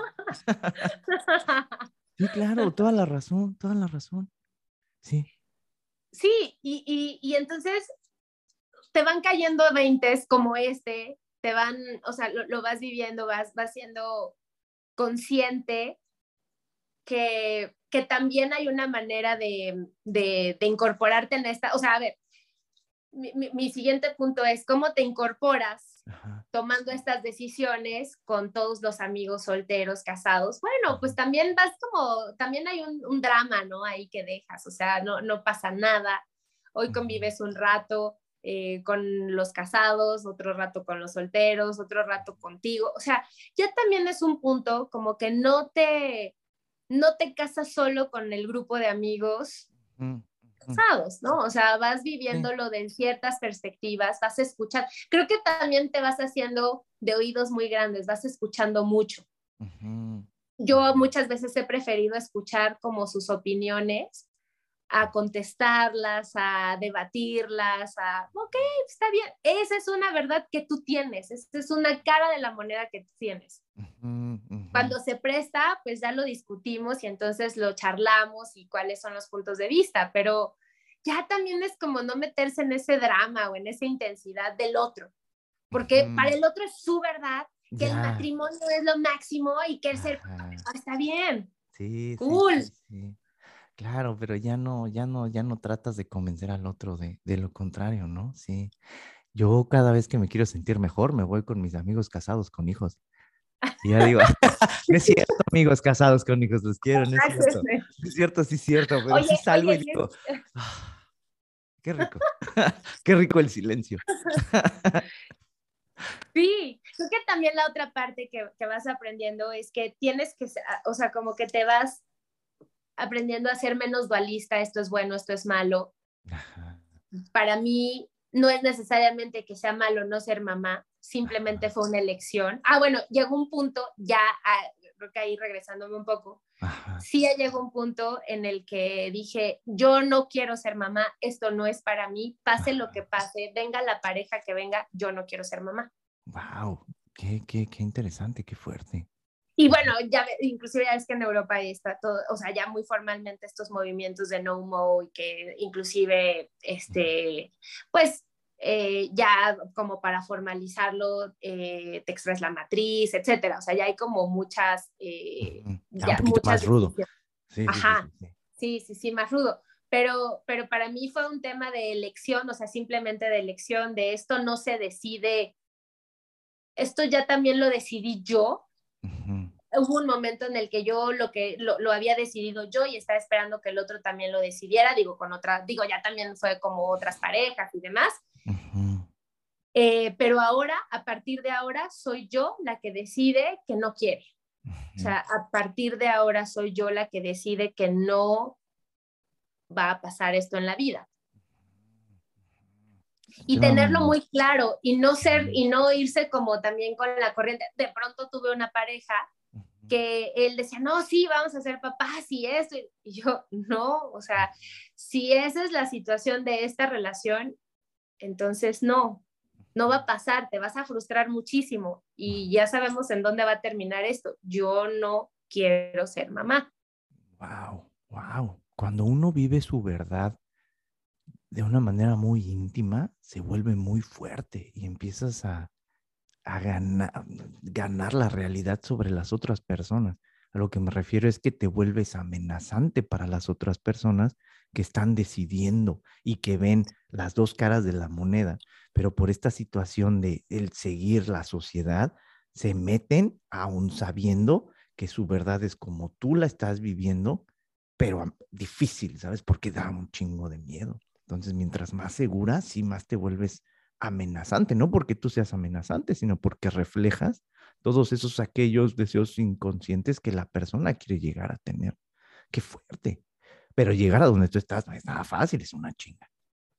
Sí, claro, toda la razón, sí. Sí, y entonces te van cayendo 20 como o sea, lo vas viviendo, vas siendo consciente que también hay una manera de incorporarte en esta, o sea, a ver, mi siguiente punto es cómo te incorporas tomando estas decisiones con todos los amigos solteros, casados. Bueno, pues también también hay un drama, ¿no? Ahí que dejas, o sea, no pasa nada. Hoy convives un rato con los casados, otro rato con los solteros, otro rato contigo. O sea, ya también es un punto como que no te casas solo con el grupo de amigos casados, ¿no? O sea, vas viviéndolo de ciertas perspectivas, vas a escuchar. Creo que también te vas haciendo de oídos muy grandes, vas escuchando mucho. Yo muchas veces he preferido escuchar como sus opiniones a contestarlas, a debatirlas, ok, está bien, esa es una verdad que tú tienes, esa es una cara de la moneda que tú tienes. Cuando se presta, pues ya lo discutimos y entonces lo charlamos y cuáles son los puntos de vista, pero ya también es como no meterse en ese drama o en esa intensidad del otro, porque para el otro es su verdad, que el matrimonio es lo máximo y que el ser está bien, sí, cool. Sí. Claro, pero ya no tratas de convencer al otro de lo contrario, ¿no? Sí. Yo cada vez que me quiero sentir mejor, me voy con mis amigos casados con hijos. Y ya digo, no es cierto, amigos casados con hijos, los quiero, no es cierto. Es cierto, sí es cierto, pero sí salgo y digo, qué rico, qué rico el silencio. Sí, creo que también la otra parte que vas aprendiendo es que tienes que, o sea, como que te vas aprendiendo a ser menos dualista, esto es bueno, esto es malo. Para mí no es necesariamente que sea malo no ser mamá, simplemente fue una elección. Bueno, llegó un punto, creo que ahí regresándome un poco, sí llegó un punto en el que dije, yo no quiero ser mamá, esto no es para mí, pase lo que pase, venga la pareja que venga, yo no quiero ser mamá. Wow, qué interesante, qué fuerte. Y bueno, inclusive ya es que en Europa está todo, o sea, ya muy formalmente estos movimientos de no mo y que inclusive, pues, ya como para formalizarlo, te extraes la matriz, etcétera. O sea, ya hay como muchas, ya un poquito más rudo. Sí, ajá, sí, más rudo. Pero para mí fue un tema de elección, o sea, simplemente de elección, de esto no se decide, esto ya también lo decidí yo. Hubo un momento en el que yo lo había decidido yo y estaba esperando que el otro también lo decidiera, ya también fue como otras parejas y demás. Pero ahora, a partir de ahora, soy yo la que decide que no quiere. O sea, a partir de ahora soy yo la que decide que no va a pasar esto en la vida. Y tenerlo muy claro y no irse como también con la corriente. De pronto tuve una pareja que él decía, no, sí, vamos a ser papás y esto. Y yo, no, o sea, si esa es la situación de esta relación, entonces no va a pasar, te vas a frustrar muchísimo y ya sabemos en dónde va a terminar esto. Yo no quiero ser mamá. Wow, wow. Cuando uno vive su verdad de una manera muy íntima, se vuelve muy fuerte y empiezas a ganar la realidad sobre las otras personas. A lo que me refiero es que te vuelves amenazante para las otras personas que están decidiendo y que ven las dos caras de la moneda, pero por esta situación de el seguir la sociedad, se meten aún sabiendo que su verdad es como tú la estás viviendo, pero difícil, ¿sabes? Porque da un chingo de miedo. Entonces, mientras más segura, sí más te vuelves amenazante, no porque tú seas amenazante, sino porque reflejas todos esos aquellos deseos inconscientes que la persona quiere llegar a tener. Qué fuerte. Pero llegar a donde tú estás no es nada fácil, es una chinga.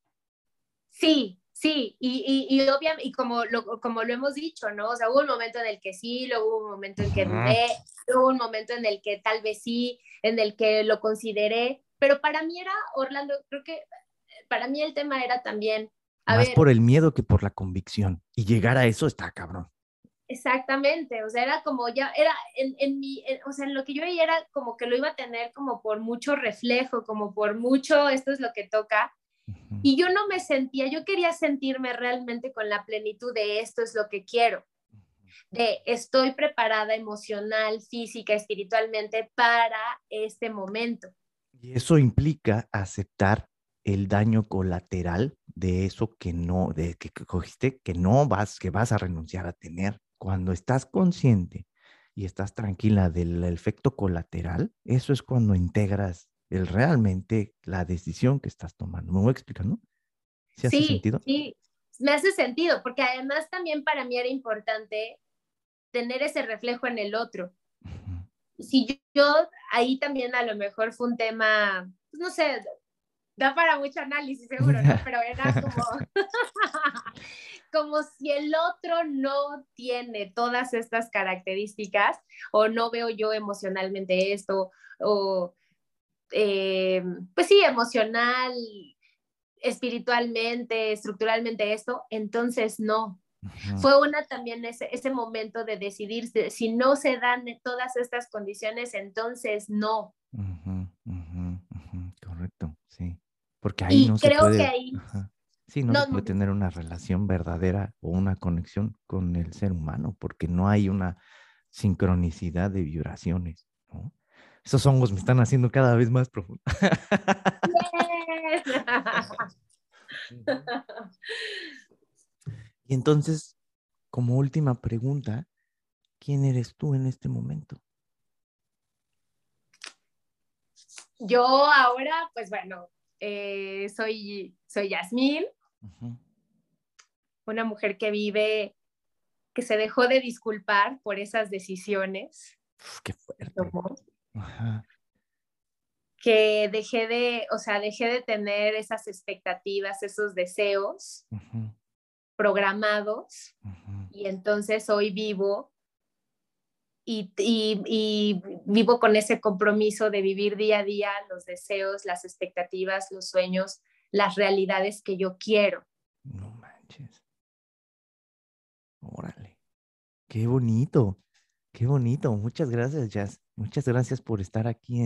Sí, sí, y obviamente, y como lo hemos dicho, ¿no? O sea, hubo un momento en el que sí, luego hubo un momento en que dudé, hubo un momento en el que tal vez sí, en el que lo consideré, pero para mí era, Orlando, creo que para mí el tema era también, a Más ver, por el miedo que por la convicción. Y llegar a eso está cabrón. exactamente, o sea, era como ya, era o sea, en lo que yo veía era como que lo iba a tener como por mucho reflejo, como por mucho, esto es lo que toca, y yo no me sentía, yo quería sentirme realmente con la plenitud de esto es lo que quiero, de estoy preparada emocional, física, espiritualmente para este momento. Y eso implica aceptar el daño colateral de eso que no, de que cogiste, que no vas, que vas a renunciar a tener. Cuando estás consciente y estás tranquila del efecto colateral, eso es cuando integras realmente la decisión que estás tomando. ¿Me voy explicando? ¿Sí hace Sí, sentido? sí, me hace sentido, porque además también para mí era importante tener ese reflejo en el otro. Ujú. Si yo ahí también a lo mejor fue un tema, pues no sé, da para mucho análisis seguro, ¿no? Pero era como, como si el otro no tiene todas estas características o no veo yo emocionalmente esto o pues sí, emocional, espiritualmente, estructuralmente esto, entonces no. Ujú, Fue una también ese momento de decidir si no se dan todas estas condiciones, entonces no. ujú, ujú, ujú, correcto, sí. Porque ahí Y no se creo que puede, ahí, ajá. Sí, no se no, puede tener una relación verdadera o una conexión con el ser humano, porque no hay una sincronicidad de vibraciones, ¿no? Esos hongos me están haciendo cada vez más profundo. yes. Ujú. Y entonces, como última pregunta, ¿quién eres tú en este momento? Yo ahora, pues bueno, soy Yasmín, Ujú. una mujer que vive, que se dejó de disculpar por esas decisiones Uf, qué que fuerte. tomó, Ajá. que o sea, dejé de tener esas expectativas, esos deseos Ujú, programados ujú. y entonces hoy vivo y vivo con ese compromiso de vivir día a día los deseos, las expectativas, los sueños, las realidades que yo quiero. No manches. Órale. Qué bonito. Qué bonito. Muchas gracias, Jazz. Muchas gracias por estar aquí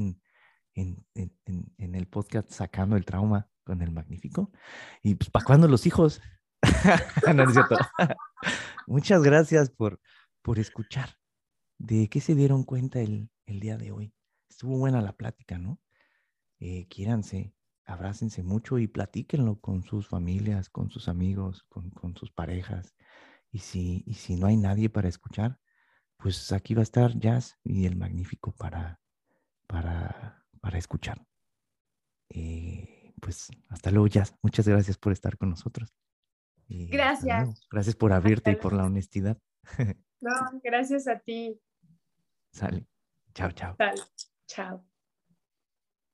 en el podcast Sacando el Trauma con el Magnífico. Y pues, ¿para cuándo los hijos? No, no es cierto. Muchas gracias por escuchar. ¿De qué se dieron cuenta el día de hoy? Estuvo buena la plática, ¿no? Quiéranse, abrácense mucho y platíquenlo con sus familias, con sus amigos, con sus parejas. Y si no hay nadie para escuchar, pues aquí va a estar Jazz y el Magnífico para escuchar. Pues hasta luego, Jazz. Muchas gracias por estar con nosotros. Y hasta Gracias. luego. Gracias por abrirte Hasta y por la luego. honestidad. No, gracias a ti. Sale. Chao, chao. Dale, chao.